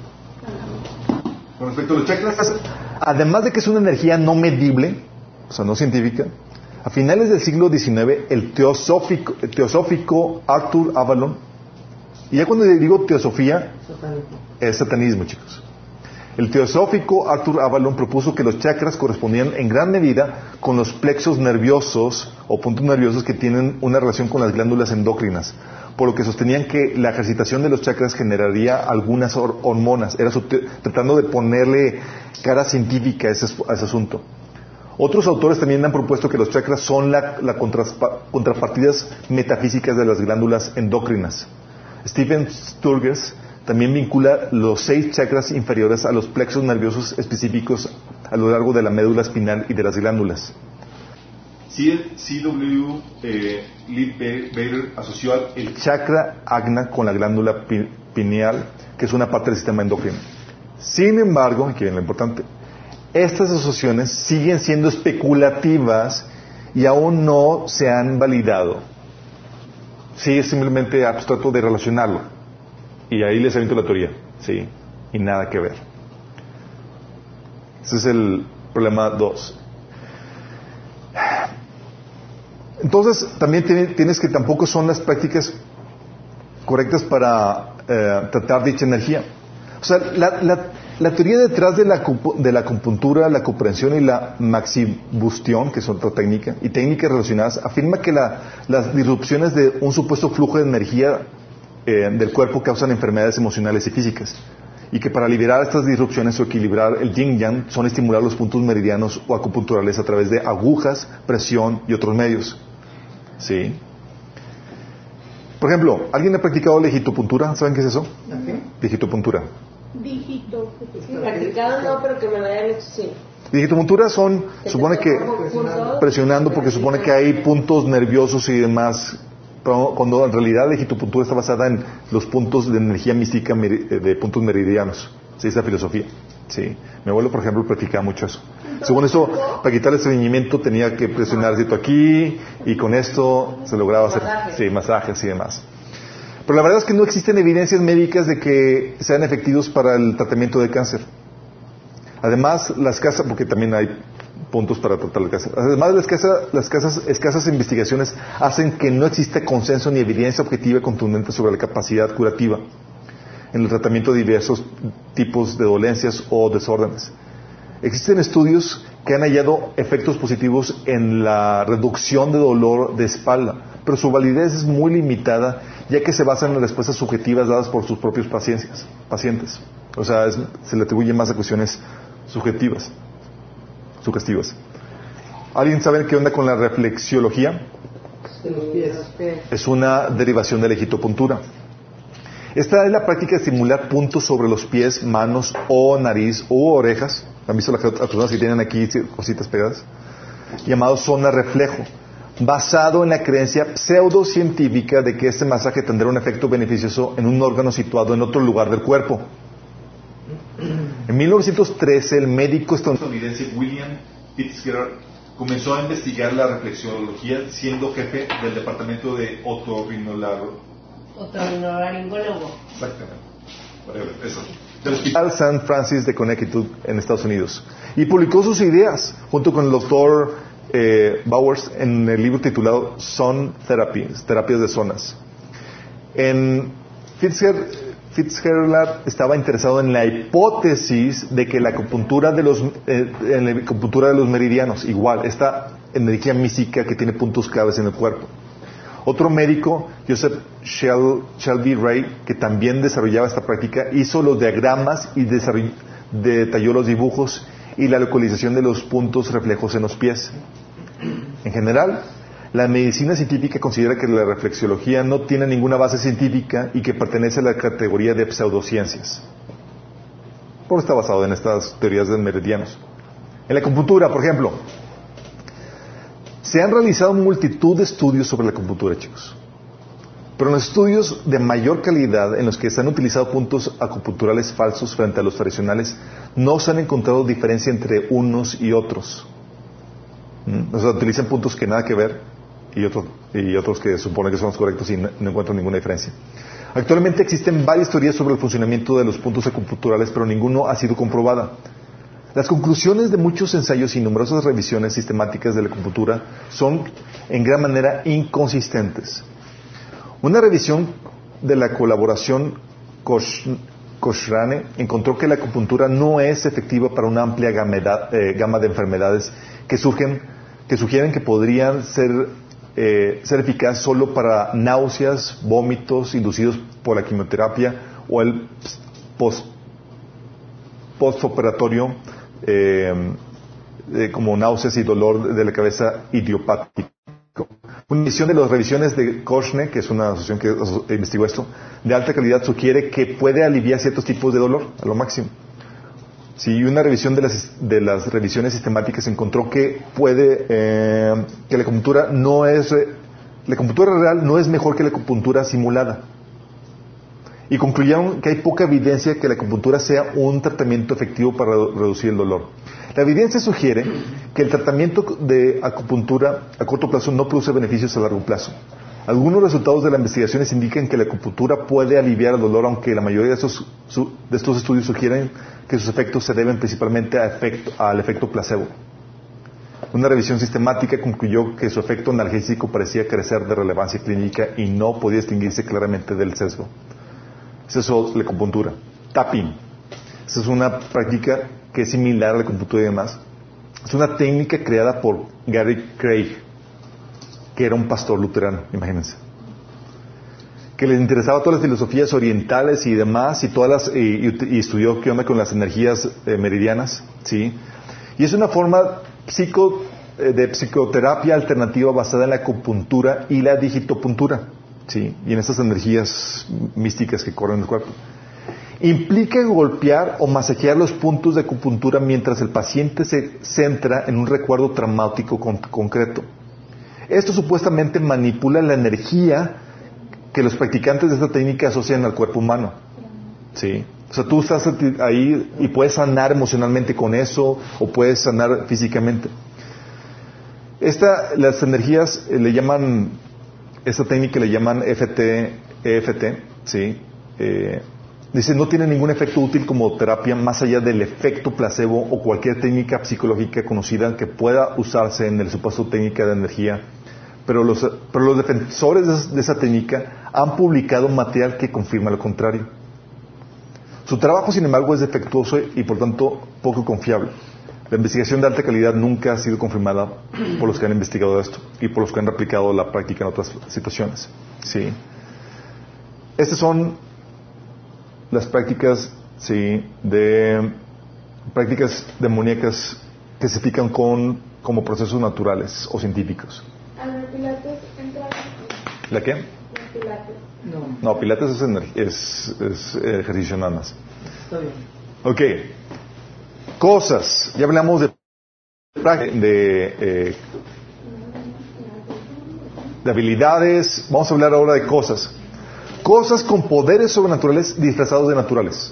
Además de que es una energía no medible, o sea, no científica, a finales del siglo XIX, el teosófico Arthur Avalon, y ya cuando digo teosofía, es satanismo, chicos. El teosófico Arthur Avalon propuso que los chakras correspondían en gran medida con los plexos nerviosos o puntos nerviosos que tienen una relación con las glándulas endocrinas, por lo que sostenían que la ejercitación de los chakras generaría algunas hormonas. Era tratando de ponerle cara científica a ese asunto. Otros autores también han propuesto que los chakras son la contrapartidas metafísicas de las glándulas endocrinas. Stephen Sturges también vincula los 6 chakras inferiores a los plexos nerviosos específicos a lo largo de la médula espinal y de las glándulas. C.W. Leadbeater asoció el chakra ajna con la glándula pineal, que es una parte del sistema endocrino. Sin embargo, aquí viene lo importante, estas asociaciones siguen siendo especulativas y aún no se han validado. Sí, es simplemente abstracto de relacionarlo. Y ahí les aviento la teoría. Sí, y nada que ver. Ese es el problema 2. Entonces, también tienes que tampoco son las prácticas correctas para tratar dicha energía. O sea, la teoría detrás de la acupuntura, la comprensión y la maxibustión, que es otra técnica, y técnicas relacionadas, afirma que las disrupciones de un supuesto flujo de energía del cuerpo causan enfermedades emocionales y físicas, y que para liberar estas disrupciones o equilibrar el yin-yang son estimular los puntos meridianos o acupunturales a través de agujas, presión y otros medios. ¿Sí? Por ejemplo, ¿alguien ha practicado digitopuntura? ¿Saben qué es eso? ¿Qué? Digitopuntura. Dígito. Practicado no, pero que me lo hayan hecho, sí. Digitopuntura supone que presionando, porque supone que hay puntos nerviosos y demás, cuando en realidad la digitopuntura está basada en los puntos de energía mística de puntos meridianos. Sí, esa filosofía. Sí. Mi abuelo, por ejemplo, practicaba mucho eso. Según eso, para quitar el estreñimiento tenía que presionar aquí y con esto se lograba hacer masajes y demás. Pero la verdad es que no existen evidencias médicas de que sean efectivos para el tratamiento de cáncer. Además, porque también hay puntos para tratar el cáncer. Además, las escasas investigaciones hacen que no exista consenso ni evidencia objetiva contundente sobre la capacidad curativa en el tratamiento de diversos tipos de dolencias o desórdenes. Existen estudios que han hallado efectos positivos en la reducción de dolor de espalda, pero su validez es muy limitada, ya que se basan en respuestas subjetivas dadas por sus propios pacientes. O sea, se le atribuye más a cuestiones sugestivas. ¿Alguien sabe qué onda con la reflexiología? De los pies. Es una derivación de la digitopuntura. Esta es la práctica de estimular puntos sobre los pies, manos o nariz o orejas. ¿Han visto las personas que tienen aquí cositas pegadas? Llamado zona reflejo, basado en la creencia pseudocientífica de que este masaje tendrá un efecto beneficioso en un órgano situado en otro lugar del cuerpo. En 1913, el médico estadounidense William Fitzgerald comenzó a investigar la reflexiología siendo jefe del departamento de otorrinolaringólogo. Exactamente. Eso. Del Hospital St. Francis de Connecticut en Estados Unidos, y publicó sus ideas junto con el doctor Bowers en el libro titulado Zone Therapy, terapias de zonas. Fitzgerald estaba interesado en la hipótesis de que la acupuntura de los meridianos, igual, esta energía mística que tiene puntos claves en el cuerpo. Otro médico, Joseph Shelby Ray, que también desarrollaba esta práctica, hizo los diagramas y detalló los dibujos y la localización de los puntos reflejos en los pies. En general, la medicina científica considera que la reflexiología no tiene ninguna base científica y que pertenece a la categoría de pseudociencias. Por está basado en estas teorías de meridianos. En la acupuntura, por ejemplo, se han realizado multitud de estudios sobre la acupuntura, chicos. Pero en los estudios de mayor calidad, en los que se han utilizado puntos acupunturales falsos frente a los tradicionales, no se han encontrado diferencia entre unos y otros. O sea, utilizan puntos que nada que ver y otros que suponen que son los correctos y no encuentran ninguna diferencia. Actualmente existen varias teorías sobre el funcionamiento de los puntos acupunturales, pero ninguno ha sido comprobada. Las conclusiones de muchos ensayos y numerosas revisiones sistemáticas de la acupuntura son en gran manera inconsistentes. Una revisión de la colaboración Cochrane encontró que la acupuntura no es efectiva para una amplia gama de enfermedades que sugieren que podrían ser eficaz solo para náuseas, vómitos inducidos por la quimioterapia o el postoperatorio como náuseas y dolor de la cabeza idiopático. Una edición de las revisiones de Cochrane, que es una asociación que investigó esto, de alta calidad sugiere que puede aliviar ciertos tipos de dolor a lo máximo. Sí, una revisión de las revisiones sistemáticas encontró que que la acupuntura real no es mejor que la acupuntura simulada. Y concluyeron que hay poca evidencia que la acupuntura sea un tratamiento efectivo para reducir el dolor. La evidencia sugiere que el tratamiento de acupuntura a corto plazo no produce beneficios a largo plazo. Algunos resultados de las investigaciones indican que la acupuntura puede aliviar el dolor, aunque la mayoría de estos estudios sugieren que sus efectos se deben principalmente al efecto placebo. Una revisión sistemática concluyó que su efecto analgésico parecía carecer de relevancia clínica y no podía distinguirse claramente del sesgo. Esa es la acupuntura. Tapping. Esa es una práctica que es similar a la acupuntura y demás. Es una técnica creada por Gary Craig, que era un pastor luterano, imagínense, que les interesaba todas las filosofías orientales y demás, y estudió qué onda con las energías meridianas, ¿sí? Y es una forma de psicoterapia alternativa basada en la acupuntura y la digitopuntura, ¿sí? Y en esas energías místicas que corren en el cuerpo. Implica golpear o masajear los puntos de acupuntura mientras el paciente se centra en un recuerdo traumático concreto. Esto supuestamente manipula la energía que los practicantes de esta técnica asocian al cuerpo humano. ¿Sí? O sea, tú estás ahí y puedes sanar emocionalmente con eso o puedes sanar físicamente. Las energías esta técnica le llaman EFT, ¿sí? Dice, no tiene ningún efecto útil como terapia más allá del efecto placebo o cualquier técnica psicológica conocida que pueda usarse en el supuesto técnica de energía. Pero los defensores de esa técnica han publicado material que confirma lo contrario. Su trabajo, sin embargo, es defectuoso y por tanto poco confiable. La investigación de alta calidad nunca ha sido confirmada por los que han investigado esto y por los que han replicado la práctica en otras situaciones. ¿Sí? Estas son las prácticas, ¿sí?, prácticas demoníacas que se explican como procesos naturales o científicos. ¿Pilates entra? ¿La qué? Pilates. No, Pilates es ejercicio nada más. Está bien. Ok. Cosas. Ya hablamos de habilidades. Vamos a hablar ahora de cosas. Cosas con poderes sobrenaturales disfrazados de naturales.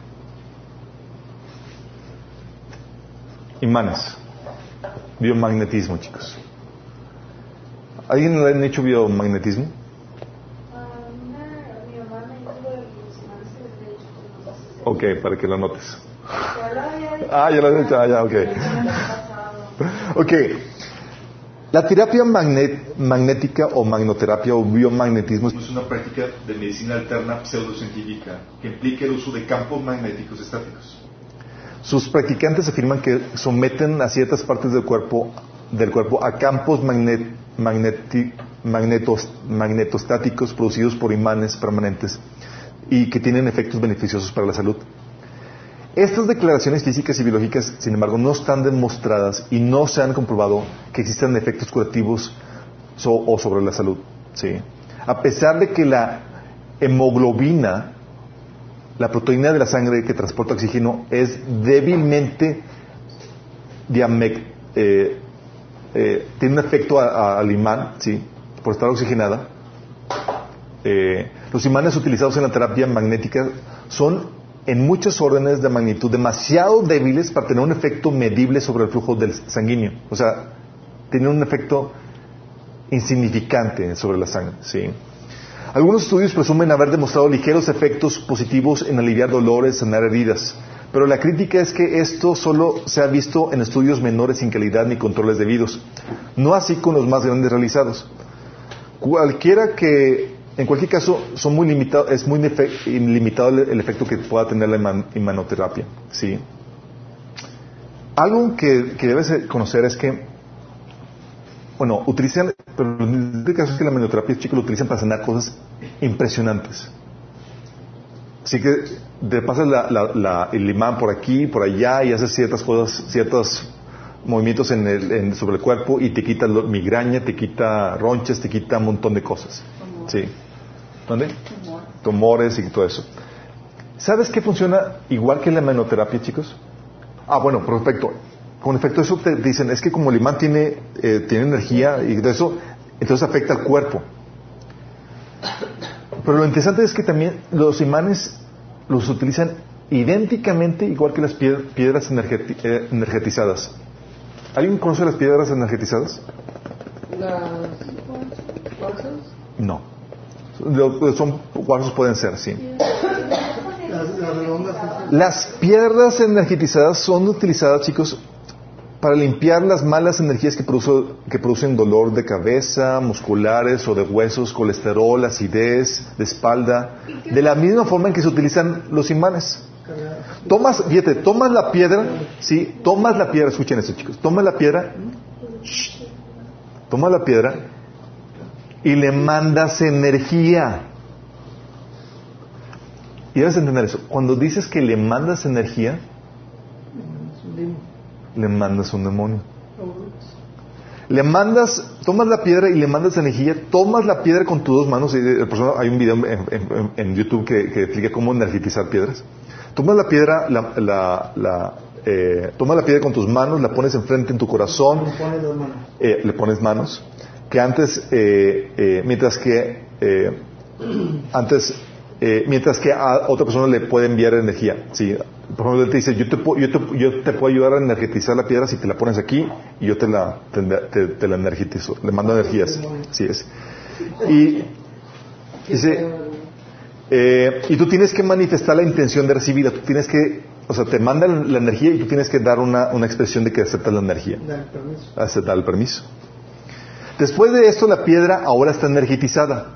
Imanes. Biomagnetismo, chicos. ¿Alguien le han hecho biomagnetismo? Mi mamá me dijo de los imanes que les he hecho. Ok, para que lo notes. Ya lo había dicho. Ya lo has hecho, ya, ok. Ok. La terapia magnética o magnoterapia o biomagnetismo Es una práctica de medicina alterna pseudocientífica que implica el uso de campos magnéticos estáticos. Sus practicantes afirman que someten a ciertas partes del cuerpo a campos magnetostáticos producidos por imanes permanentes y que tienen efectos beneficiosos para la salud. Estas declaraciones físicas y biológicas, sin embargo, no están demostradas y no se han comprobado que existan efectos curativos o sobre la salud. ¿Sí? A pesar de que la hemoglobina, la proteína de la sangre que transporta oxígeno, es débilmente tiene un efecto al imán, ¿sí?, por estar oxigenada. Los imanes utilizados en la terapia magnética son en muchos órdenes de magnitud demasiado débiles para tener un efecto medible sobre el flujo del sanguíneo. O sea, tienen un efecto insignificante sobre la sangre, ¿sí? Algunos estudios presumen haber demostrado ligeros efectos positivos en aliviar dolores, sanar heridas, pero la crítica es que esto solo se ha visto en estudios menores sin calidad ni controles debidos, no así con los más grandes realizados. En cualquier caso, es muy limitado el efecto que pueda tener la imanoterapia, ¿sí? Algo que debes conocer es que, utilizan, pero en este caso es que la imanoterapia, chicos, lo utilizan para sanar cosas impresionantes. Así que te pasas el imán por aquí, por allá, y haces ciertas cosas, ciertos movimientos sobre el cuerpo, y te quita migraña, te quita ronchas, te quita un montón de cosas. Sí. ¿Dónde? Tumores y todo eso. ¿Sabes qué funciona igual que la imanoterapia, chicos? Perfecto. Con efecto eso te dicen, es que como el imán tiene energía y de eso, entonces afecta al cuerpo. Pero lo interesante es que también los imanes los utilizan idénticamente igual que las piedras energetizadas. ¿Alguien conoce las piedras energetizadas? Las cuarzos. No. Son cuarzos, pueden ser, sí. Las piedras energetizadas son utilizadas, chicos, para limpiar las malas energías que producen dolor de cabeza, musculares o de huesos, colesterol, acidez, de espalda, de la misma forma en que se utilizan los imanes. Tomas la piedra, ¿sí? Tomas la piedra, escuchen esto, chicos, tomas la piedra y le mandas energía. Y debes entender eso. Cuando dices que le mandas energía, le mandas un demonio. Tomas la piedra y le mandas energía. Tomas la piedra con tus dos manos. Hay un video en YouTube que explica cómo energetizar piedras. Tomas la piedra, tomas la piedra con tus manos, la pones enfrente en tu corazón. Le pones manos. Que antes, mientras que a otra persona le puede enviar energía. ¿Sí? Por ejemplo, él te dice, yo te puedo ayudar a energetizar la piedra si te la pones aquí y yo te la energetizo, le mando energías. Así es. Y dice, y tú tienes que manifestar la intención de recibirla. Tú tienes que, te mandan la energía y tú tienes que dar una expresión de que aceptas la energía. Aceptar el permiso. Después de esto, la piedra ahora está energetizada.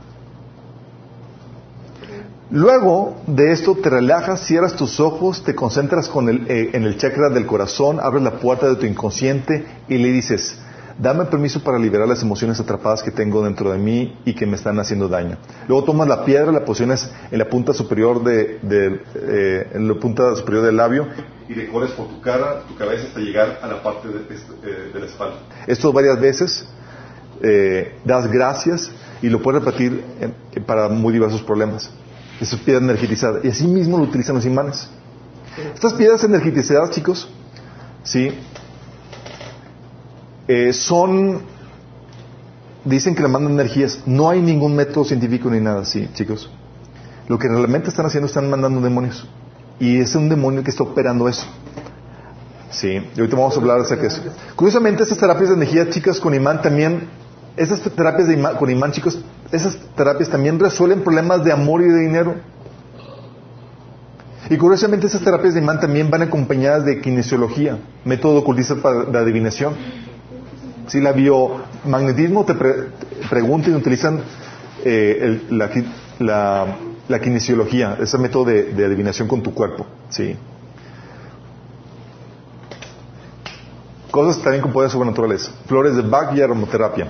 Luego de esto te relajas, cierras tus ojos, te concentras en el chakra del corazón, abres la puerta de tu inconsciente y le dices, dame permiso para liberar las emociones atrapadas que tengo dentro de mí y que me están haciendo daño. Luego tomas la piedra, la posicionas en la punta superior del labio y recorres por tu cara, tu cabeza hasta llegar a la parte de la espalda. Esto varias veces, das gracias y lo puedes repetir para muy diversos problemas. Esa es piedra energetizada. Y así mismo lo utilizan los imanes. Estas piedras energetizadas, chicos, ¿sí? Dicen que le mandan energías. No hay ningún método científico ni nada así, chicos. Lo que realmente están haciendo, están mandando demonios. Y es un demonio que está operando eso. Sí, y ahorita vamos a hablar acerca de eso. Curiosamente, estas terapias de energía, chicas, con imán también... Esas terapias con imán, chicos, esas terapias también resuelven problemas de amor y de dinero. Y curiosamente esas terapias de imán también van acompañadas de kinesiología, método ocultista para la adivinación. Si la biomagnetismo te pregunta y utilizan la kinesiología, ese método de adivinación con tu cuerpo. Sí. Cosas también con poderes sobrenaturales. Flores de Bach y aromaterapia.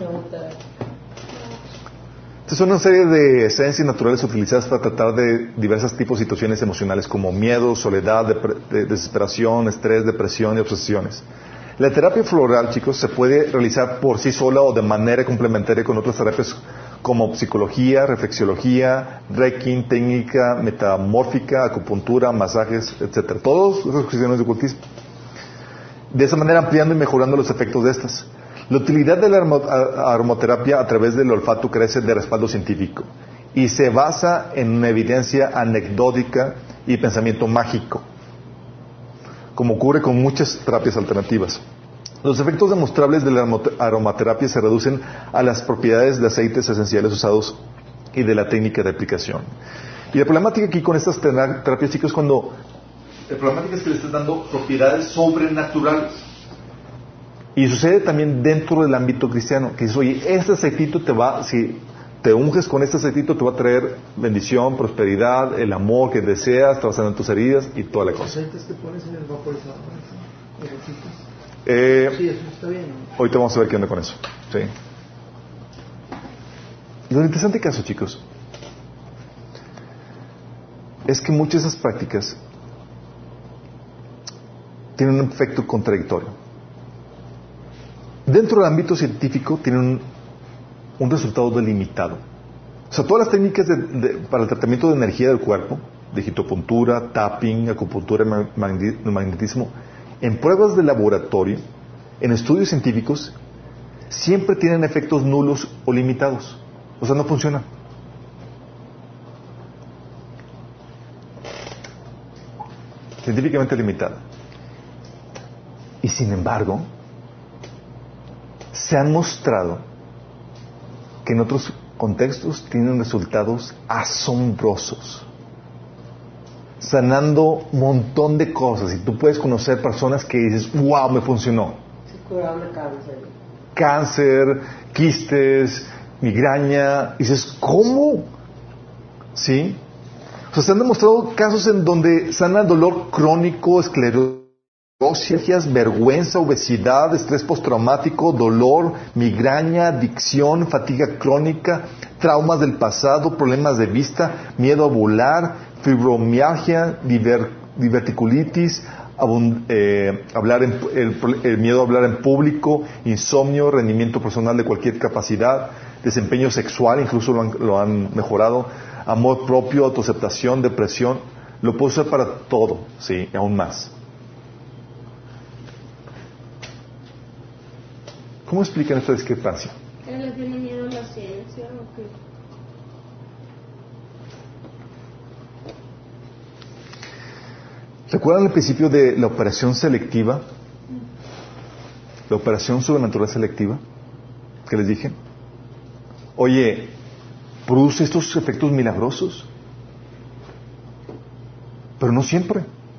Estas son una serie de esencias naturales utilizadas para tratar de diversos tipos de situaciones emocionales como miedo, soledad, desesperación, estrés, depresión y obsesiones. La terapia floral, chicos, se puede realizar por sí sola o de manera complementaria con otras terapias como psicología, reflexiología, reiki, técnica metamórfica, acupuntura, masajes, etc. Todas esas cuestiones de ocultismo. De esa manera ampliando y mejorando los efectos de estas. La utilidad de la aromaterapia a través del olfato carece de respaldo científico y se basa en una evidencia anecdótica y pensamiento mágico, como ocurre con muchas terapias alternativas. Los efectos demostrables de la aromaterapia se reducen a las propiedades de aceites esenciales usados y de la técnica de aplicación. Y la problemática aquí con estas terapias, chicos, el problemática es que le estás dando propiedades sobrenaturales. Y sucede también dentro del ámbito cristiano, que dice, oye, este aceitito si te unges con este aceitito, te va a traer bendición, prosperidad, el amor que deseas, te va a sanar tus heridas y toda la cosa. ¿Aceites que pones en el vaporizador? Sí, eso está bien, ¿no? Ahorita vamos a ver qué onda con eso. Sí. Lo interesante caso, chicos, es que muchas de esas prácticas tienen un efecto contradictorio. Dentro del ámbito científico tienen un resultado delimitado. O sea, todas las técnicas para el tratamiento de energía del cuerpo, digitopuntura, tapping, acupuntura, magnetismo, en pruebas de laboratorio, en estudios científicos, siempre tienen efectos nulos o limitados. O sea, no funcionan. Científicamente limitada. Y sin embargo, se han mostrado que en otros contextos tienen resultados asombrosos, sanando un montón de cosas. Y tú puedes conocer personas que dices, wow, me funcionó. Se curaron de Cáncer, quistes, migraña. Y dices, ¿cómo? ¿Sí? O sea, se han demostrado casos en donde sana dolor crónico, esclerosis, vergüenza, obesidad, estrés postraumático, dolor, migraña, adicción, fatiga crónica, traumas del pasado, problemas de vista, miedo a volar, fibromialgia, diverticulitis, el miedo a hablar en público, insomnio, rendimiento personal de cualquier capacidad, desempeño sexual, incluso lo han mejorado, amor propio, autoaceptación, depresión. Lo puedo usar para todo, sí, aún más. ¿Cómo explican esta discrepancia? ¿Que le tiene miedo a la ciencia o qué? ¿Recuerdan el principio de la operación selectiva? La operación sobrenatural selectiva que les dije. Oye, produce estos efectos milagrosos, pero no siempre.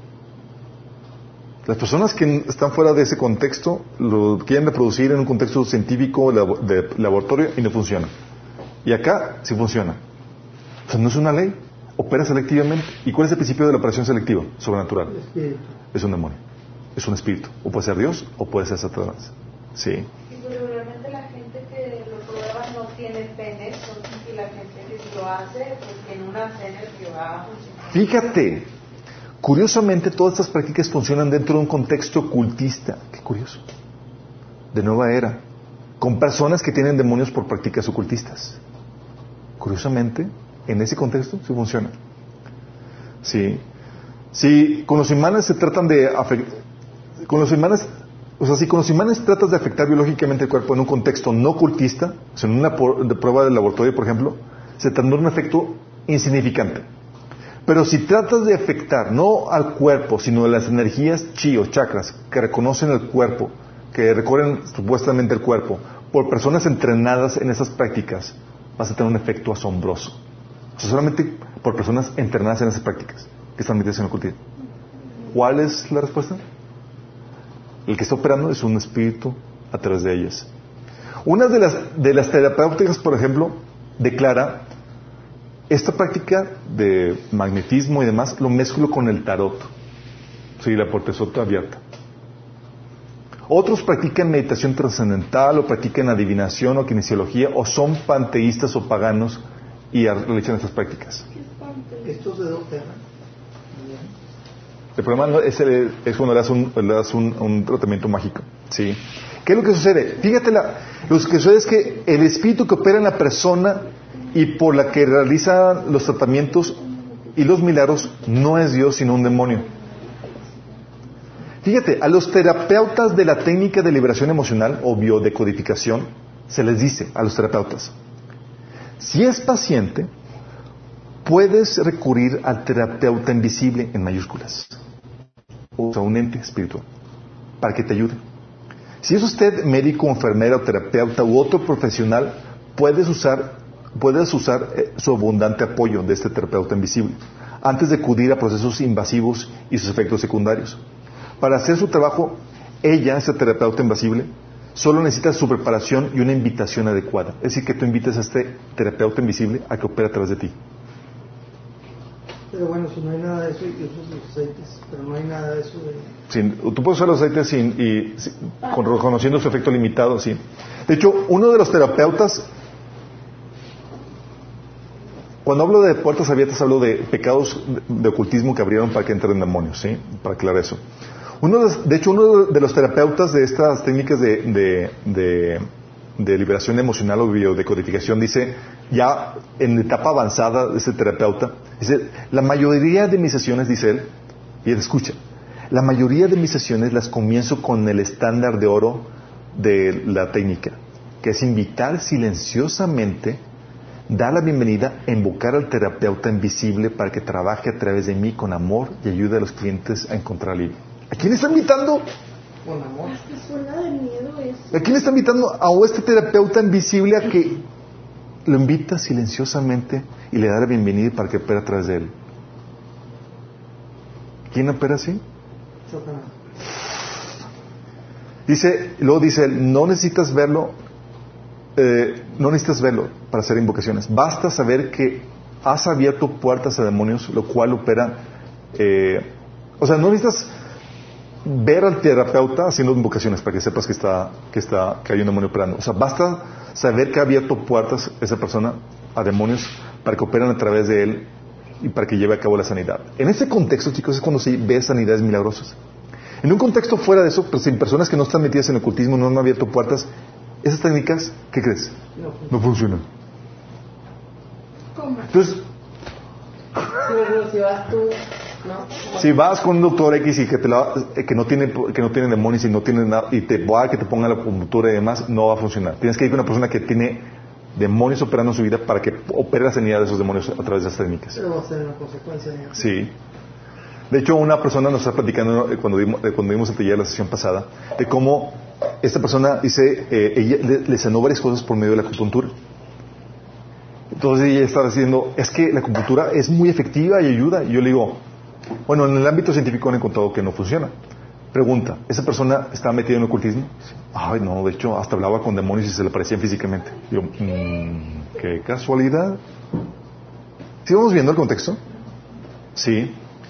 Las personas que están fuera de ese contexto lo quieren reproducir en un contexto científico de laboratorio y no funciona. Y acá sí funciona. O sea, no es una ley, opera selectivamente. ¿Y cuál es el principio de la operación selectiva? Sobrenatural. Es un demonio, es un espíritu. O puede ser Dios o puede ser Satanás. Sí. Y regularmente la gente que lo prueba no tiene fe en eso. Y la gente que lo hace, pues tiene una fe en el que va a funcionar. Fíjate, curiosamente todas estas prácticas funcionan dentro de un contexto ocultista. Qué curioso. De nueva era. Con personas que tienen demonios por prácticas ocultistas. Curiosamente, en ese contexto sí funciona. Sí. Si con los imanes se tratan de con los imanes, o sea, si con los imanes tratas de afectar biológicamente el cuerpo en un contexto no ocultista, o sea, en una prueba de laboratorio, por ejemplo, se tendrá un efecto insignificante. Pero si tratas de afectar no al cuerpo, sino a las energías chi o chakras que reconocen el cuerpo, que recorren supuestamente el cuerpo, por personas entrenadas en esas prácticas, vas a tener un efecto asombroso. O sea, solamente por personas entrenadas en esas prácticas que están metidas en el ocultismo. ¿Cuál es la respuesta? El que está operando es un espíritu a través de ellas. Una de las terapéuticas, por ejemplo, declara esta práctica de magnetismo y demás, lo mezclo con el tarot. Sí, la portesota abierta. Otros practican meditación trascendental, o practican adivinación o kinesiología, o son panteístas o paganos y realizan estas prácticas. ¿Estos de dónde eran? El problema es cuando le das un tratamiento mágico. ¿Sí? ¿Qué es lo que sucede? Fíjate, lo que sucede es que el espíritu que opera en la persona y por la que realiza los tratamientos y los milagros no es Dios, sino un demonio. Fíjate, a los terapeutas de la técnica de liberación emocional o biodecodificación se les dice a los terapeutas: si es paciente, puedes recurrir al terapeuta invisible en mayúsculas, o sea, un ente espiritual, para que te ayude. Si es usted médico, enfermera o terapeuta u otro profesional, puedes usar su abundante apoyo de este terapeuta invisible antes de acudir a procesos invasivos y sus efectos secundarios. Para hacer su trabajo, ese terapeuta invisible, solo necesita su preparación y una invitación adecuada. Es decir, que tú invites a este terapeuta invisible a que opere a través de ti. Pero bueno, si no hay nada de eso, yo uso los aceites, pero no hay nada de eso de... Tú puedes usar los aceites reconociendo su efecto limitado, sí. De hecho, uno de los terapeutas, cuando hablo de puertas abiertas, hablo de pecados de ocultismo que abrieron para que entren demonios, ¿sí? Para aclarar eso. Uno de los terapeutas de estas técnicas de liberación emocional o biodecodificación dice, ya en etapa avanzada de este terapeuta, dice, la mayoría de mis sesiones, dice él, y él escucha, la mayoría de mis sesiones las comienzo con el estándar de oro de la técnica, que es invitar silenciosamente, dar la bienvenida, invocar al terapeuta invisible para que trabaje a través de mí con amor y ayude a los clientes a encontrar alivio. ¿A quién está invitando? Con amor. Hasta suena de miedo eso. ¿A quién está invitando a este terapeuta invisible a que lo invita silenciosamente y le da la bienvenida para que opere a través de él. ¿Quién opera así? Luego dice, no necesitas verlo para hacer invocaciones. Basta saber que has abierto puertas a demonios, lo cual opera. No necesitas ver al terapeuta haciendo invocaciones para que sepas que hay un demonio operando. Basta saber que ha abierto puertas esa persona a demonios para que operen a través de él y para que lleve a cabo la sanidad. En ese contexto, chicos, es cuando se ve sanidades milagrosas. En un contexto fuera de eso, pues sin personas que no están metidas en el ocultismo, no han abierto puertas, esas técnicas, ¿qué crees? No funcionan. ¿Cómo? Entonces, si vas tú, ¿no? Si vas con un doctor X y que no tiene demonios y no tiene nada, y te va a que te ponga la acupuntura y demás, no va a funcionar. Tienes que ir con una persona que tiene demonios operando en su vida para que opere la sanidad de esos demonios a través de esas técnicas. Pero va a ser una consecuencia. Sí. De hecho, una persona nos está platicando cuando vimos el taller la sesión pasada de cómo esta persona dice, ella le sanó varias cosas por medio de la acupuntura. Entonces ella estaba diciendo, es que la acupuntura es muy efectiva y ayuda. Y yo le digo, bueno, en el ámbito científico han encontrado que no funciona. Pregunta, ¿esa persona estaba metida en el ocultismo? Ay, no, de hecho, hasta hablaba con demonios y se le aparecían físicamente. Yo, qué casualidad. ¿Sí vamos viendo el contexto? Sí.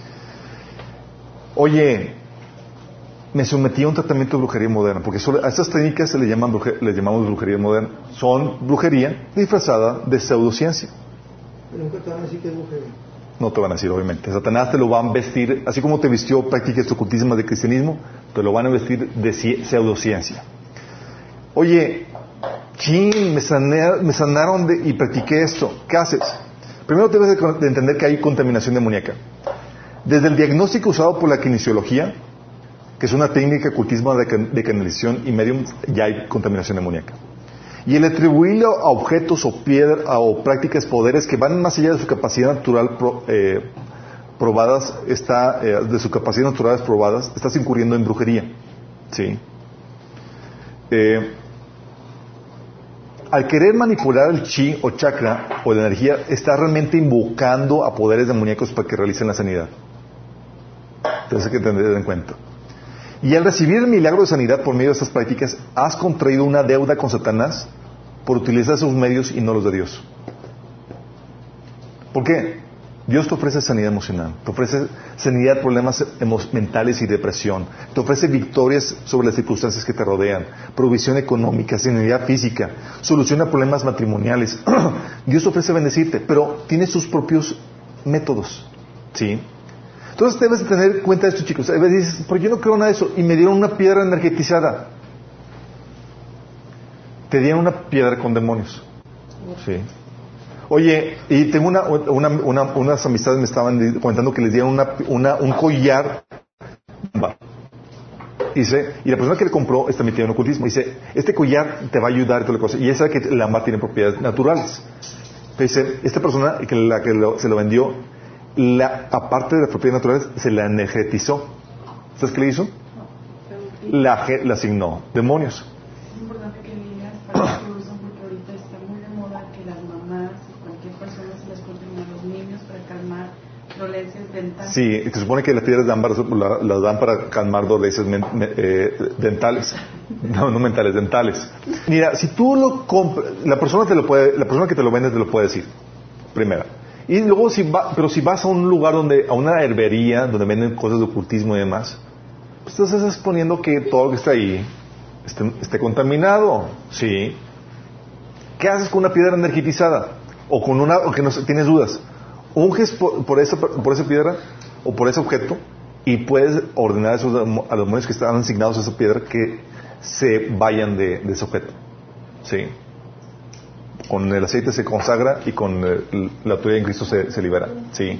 Oye, me sometí a un tratamiento de brujería moderna, porque a estas técnicas les llamamos brujería moderna. Son brujería disfrazada de pseudociencia. Pero nunca te van a decir que es brujería. No te van a decir, obviamente. Satanás te lo va a vestir, así como te vistió prácticas ocultismas de cristianismo, te lo van a vestir de pseudociencia. Oye, me sanaron y practiqué esto. ¿Qué haces? Primero debes de entender que hay contaminación demoníaca. Desde el diagnóstico usado por la kinesiología, que es una técnica de ocultismo de canalización y medium, ya hay contaminación demoníaca. Y el atribuirle a objetos o prácticas poderes que van más allá de su capacidad natural probadas, estás incurriendo en brujería. ¿Sí? Al querer manipular el chi o chakra o la energía, estás realmente invocando a poderes demoníacos para que realicen la sanidad. Entonces hay que tener en cuenta. Y al recibir el milagro de sanidad por medio de estas prácticas, has contraído una deuda con Satanás por utilizar sus medios y no los de Dios. ¿Por qué? Dios te ofrece sanidad emocional, te ofrece sanidad de problemas mentales y depresión, te ofrece victorias sobre las circunstancias que te rodean, provisión económica, sanidad física, solución a problemas matrimoniales. Dios te ofrece bendecirte, pero tiene sus propios métodos. ¿Sí? Entonces debes de tener cuenta de esto, chicos. A veces dices, pero yo no creo nada de eso. Y me dieron una piedra energetizada. Te dieron una piedra con demonios. Sí. Oye, y tengo unas amistades me estaban comentando que les dieron un collar. Dice, y la persona que le compró está metida en ocultismo. Dice, este collar te va a ayudar y toda la cosa. Y ella sabe que el ámbar tiene propiedades naturales. Dice, esta persona se lo vendió, aparte de las propiedades naturales, se la energetizó. ¿Sabes qué le hizo? Le asignó demonios. Es importante que digas para que usan, porque ahorita está muy de moda que las mamás y cualquier persona se les corten a los niños para calmar dolencias dentales. Sí, se supone que las piedras de ámbar las dan para calmar dolencias dentales. No mentales, dentales. Mira, si tú lo compras, la persona que te lo vende te lo puede decir. Primera. Y luego si vas a un lugar a una herbería donde venden cosas de ocultismo y demás, pues estás exponiendo que todo lo que está ahí esté contaminado. ¿Sí? ¿Qué haces con una piedra energetizada? O que no tienes dudas. Unges por esa piedra o por ese objeto y puedes ordenar a los demonios que están asignados a esa piedra que se vayan de ese objeto. ¿Sí? Con el aceite se consagra y con la autoridad en Cristo se libera. ¿Sí?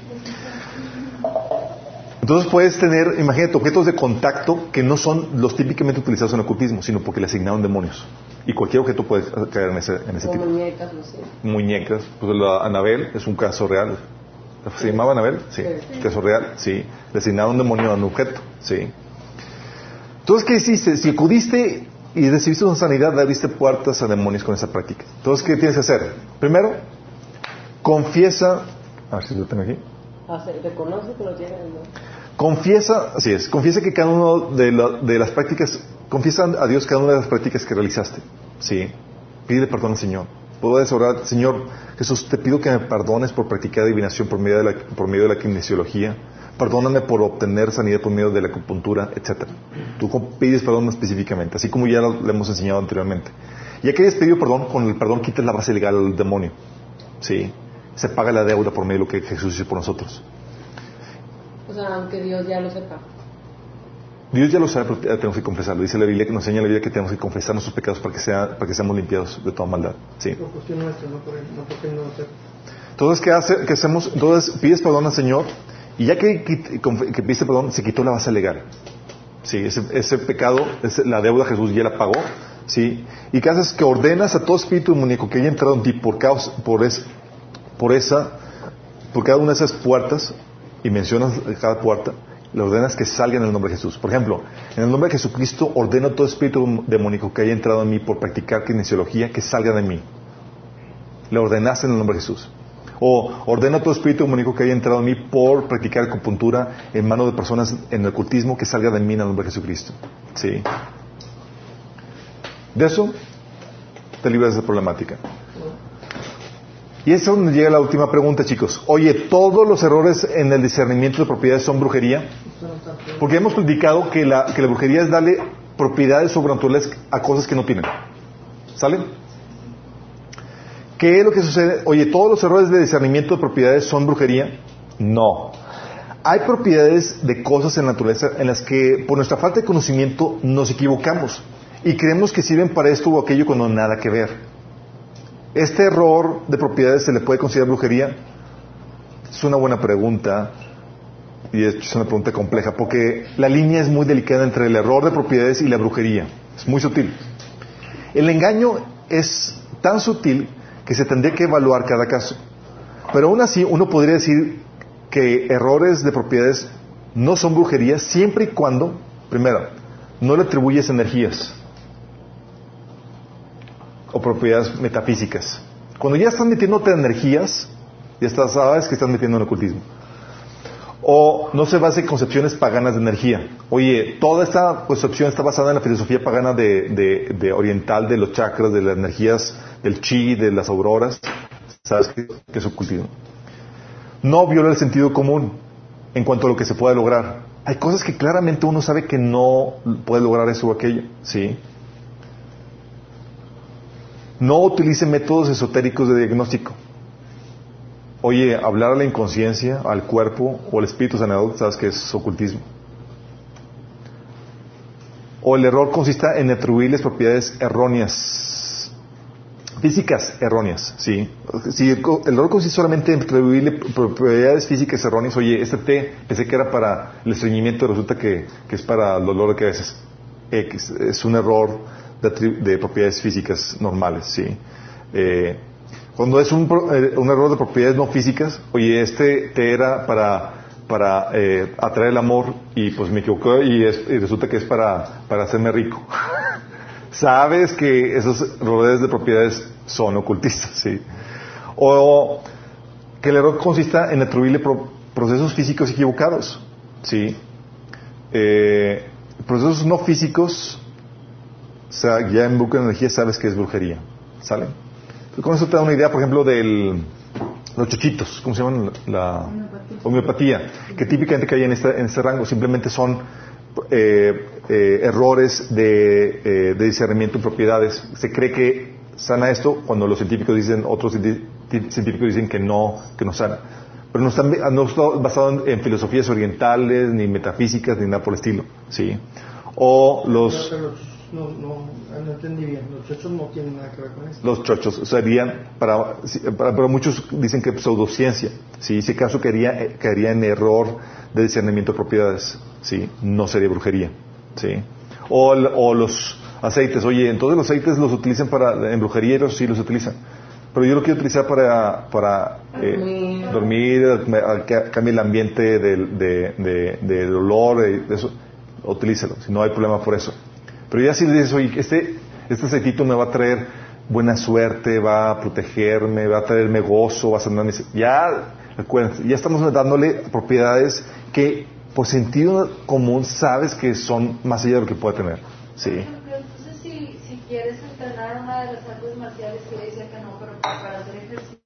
Entonces puedes tener, imagínate, objetos de contacto que no son los típicamente utilizados en el ocultismo, sino porque le asignaron demonios. Y cualquier objeto puede caer en ese tipo. Muñecas, no sé. Muñecas. Pues la Anabel es un caso real. ¿Se llamaba Anabel? Sí. Caso real, sí. Le asignaron un demonio a un objeto. Sí. Entonces, ¿qué hiciste? Si acudiste y recibiste una sanidad, abriste puertas a demonios con esa práctica. Entonces, ¿qué tienes que hacer? Primero, confiesa. A ver si lo tengo aquí. Reconoce que lo tiene, ¿no? Confiesa, así es, confiesa que cada uno de las prácticas, confiesa a Dios cada una de las prácticas que realizaste. Sí. Pide perdón al Señor. Puedes orar, Señor Jesús, te pido que me perdones por practicar adivinación por medio de la kinesiología. Perdóname por obtener sanidad por medio de la acupuntura, etcétera. Tú pides perdón específicamente, así como ya lo hemos enseñado anteriormente. Ya que hayas pedido perdón, con el perdón quitas la base legal al demonio. Sí. Se paga la deuda por medio de lo que Jesús hizo por nosotros. O sea, aunque Dios ya lo sepa. Dios ya lo sabe, pero tenemos que confesarlo. Dice la Biblia, que nos enseña la Biblia que tenemos que confesar nuestros pecados para que seamos limpiados de toda maldad. Sí. Por cuestión nuestra, no porque no lo sepa. Entonces, ¿qué hacemos? Entonces, pides perdón al Señor, y ya que pidiste perdón, se quitó la base legal. Sí, ese pecado, la deuda Jesús ya la pagó. Sí. ¿Y qué haces? Que ordenas a todo espíritu demoníaco que haya entrado en ti por cada una de esas puertas, y mencionas cada puerta, le ordenas que salgan en el nombre de Jesús. Por ejemplo, en el nombre de Jesucristo ordeno a todo espíritu demoníaco que haya entrado en mí por practicar kinesiología que salga de mí. Le ordenaste en el nombre de Jesús. O ordeno a todo espíritu demoníaco que haya entrado en mí por practicar acupuntura en manos de personas en el ocultismo que salga de mí en el nombre de Jesucristo. ¿Sí? De eso te libras de esa problemática. Y es donde llega la última pregunta, chicos. Oye, ¿todos los errores en el discernimiento de propiedades son brujería? Porque hemos platicado que la brujería es darle propiedades sobrenaturales a cosas que no tienen. ¿Sale? ¿Qué es lo que sucede? Oye, ¿todos los errores de discernimiento de propiedades son brujería? No. Hay propiedades de cosas en la naturaleza en las que por nuestra falta de conocimiento nos equivocamos y creemos que sirven para esto o aquello cuando nada que ver. ¿Este error de propiedades se le puede considerar brujería? Es una buena pregunta, y es una pregunta compleja, porque la línea es muy delicada entre el error de propiedades y la brujería. Es muy sutil. El engaño es tan sutil que se tendría que evaluar cada caso. Pero aún así, uno podría decir que errores de propiedades no son brujería siempre y cuando, primero, no le atribuyes energías o propiedades metafísicas. Cuando ya están metiéndote energías, ya sabes que están metiendo en el ocultismo. O no se basa en concepciones paganas de energía. Oye, toda esta concepción está basada en la filosofía pagana de oriental, de los chakras, de las energías, del chi, de las auroras. ¿Sabes qué es ocultismo? No viola el sentido común en cuanto a lo que se puede lograr. Hay cosas que claramente uno sabe que no puede lograr eso o aquello. ¿Sí? No utilice métodos esotéricos de diagnóstico. Oye, hablar a la inconsciencia, al cuerpo o al espíritu sanador, sabes que es ocultismo. O el error consiste en atribuirles propiedades erróneas, físicas erróneas, ¿sí? Si el error consiste solamente en atribuirle propiedades físicas erróneas, oye, este té pensé que era para el estreñimiento, resulta que es para el dolor de cabeza. Es un error de propiedades físicas normales, ¿sí? Cuando es un error de propiedades no físicas, oye, este té era para atraer el amor y pues me equivoqué y resulta que es para hacerme rico. Sabes que esos errores de propiedades son ocultistas, ¿sí? O que el error consista en atribuirle procesos físicos equivocados, ¿sí? Procesos no físicos, o sea, ya involucran energía, sabes que es brujería, ¿sale? Entonces, con eso te da una idea, por ejemplo, los chochitos, ¿cómo se llaman? La homeopatía, que típicamente cae en este rango. Simplemente son errores de discernimiento en propiedades. Se cree que sana esto cuando los científicos dicen, otros científicos dicen que no sana. Pero no está basado en filosofías orientales, ni metafísicas, ni nada por el estilo, ¿sí? O los... No entendí bien. Los chochos no tienen nada que ver con esto. Los chochos serían, pero muchos dicen que pseudociencia. ¿Sí? Si acaso caería en error de discernimiento de propiedades. ¿Sí? No sería brujería. ¿Sí? O los aceites. Oye, entonces los aceites los utilizan en brujería, ellos sí los utilizan. Pero yo lo quiero utilizar para dormir, cambie el ambiente del olor, eso. Utilícelo, si no hay problema por eso. Pero ya si dices, oye, este aceitito me va a traer buena suerte, va a protegerme, va a traerme gozo, va a sanar mis... Ya, acuérdense, ya estamos dándole propiedades que por sentido común sabes que son más allá de lo que puede tener. Sí. Entonces, si quieres entrenar una de las artes marciales, que decía que no, pero para hacer ejercicio.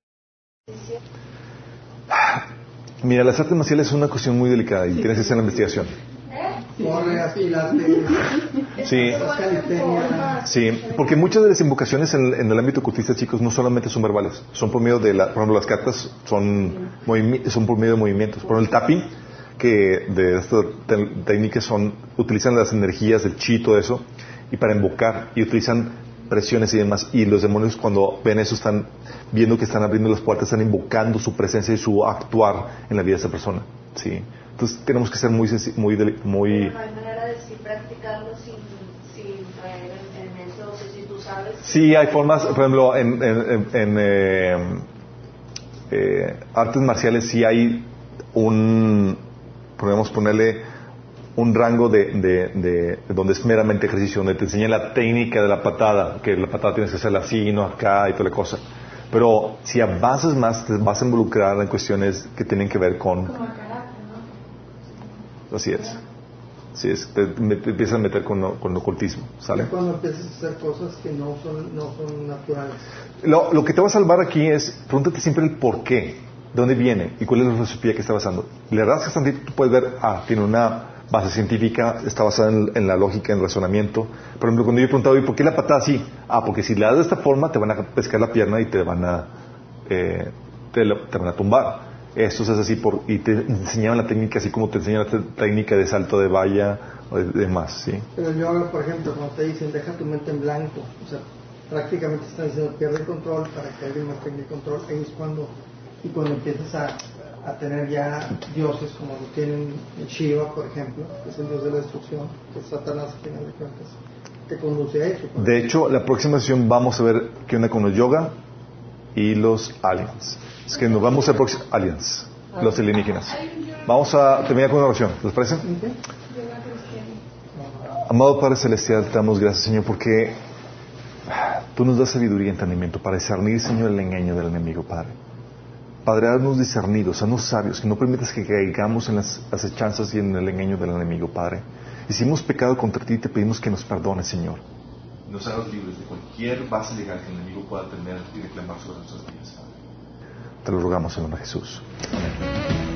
Mira, las artes marciales es una cuestión muy delicada y tienes que hacer la investigación. Correas, pilates, Sí. Sí, porque muchas de las invocaciones en el ámbito ocultista, chicos, no solamente son verbales, son por medio de por ejemplo, las cartas son por medio de movimientos. Por ejemplo, el tapping, que de estas técnicas utilizan las energías del chi, todo eso, y para invocar, y utilizan presiones y demás, y los demonios cuando ven eso están viendo que están abriendo las puertas, están invocando su presencia y su actuar en la vida de esa persona. Sí. Entonces tenemos que ser muy No hay manera de practicarlo sin caer en eso, o sea, si tú sabes. Sí, hay formas, por ejemplo, en artes marciales sí hay podemos ponerle un rango de donde es meramente ejercicio, donde te enseña la técnica de la patada, que la patada tienes que hacerla así, no acá y toda la cosa. Pero si avanzas más, te vas a involucrar en cuestiones que tienen que ver con... Como el carácter, ¿no? Así es. Así es. Te empiezas a meter con el ocultismo, ¿sale? Cuando empiezas a hacer cosas que no son naturales. Lo que te va a salvar aquí es, pregúntate siempre el por qué, de dónde viene y cuál es la filosofía que está basando. Le rascas tantito, tú puedes ver, tiene una base científica, está basada en la lógica, en el razonamiento. Por ejemplo, cuando yo he preguntado, ¿y por qué la patada así? Porque si le das de esta forma, te van a pescar la pierna y te van a tumbar. Esto es así, y te enseñaban la técnica así como te enseñan la técnica de salto de valla o de demás, ¿sí? Pero yo hablo, por ejemplo, cuando te dicen, deja tu mente en blanco, o sea, prácticamente están diciendo, pierde el control para que alguien más tenga el control. Ahí es cuando empiezas a tener ya dioses como lo tienen en Shiva, por ejemplo, que es el dios de la destrucción, que es Satanás, al final de cuentas, que conduce a eso. De hecho, la próxima sesión vamos a ver qué onda con los yoga y los aliens. Es que nos vamos a aliens, los alienígenas. Vamos a terminar con una oración, ¿les parece? Amado Padre Celestial, te damos gracias, Señor, porque tú nos das sabiduría y entendimiento para discernir, Señor, el engaño del enemigo, Padre. Padre, haznos discernidos, haznos sabios, que no permitas que caigamos en las acechanzas y en el engaño del enemigo, Padre. Y si hemos pecado contra ti, te pedimos que nos perdones, Señor. Nos hagas libres de cualquier base legal que el enemigo pueda tener y reclamar sobre nuestras vidas. Te lo rogamos en el nombre de Jesús. Amén.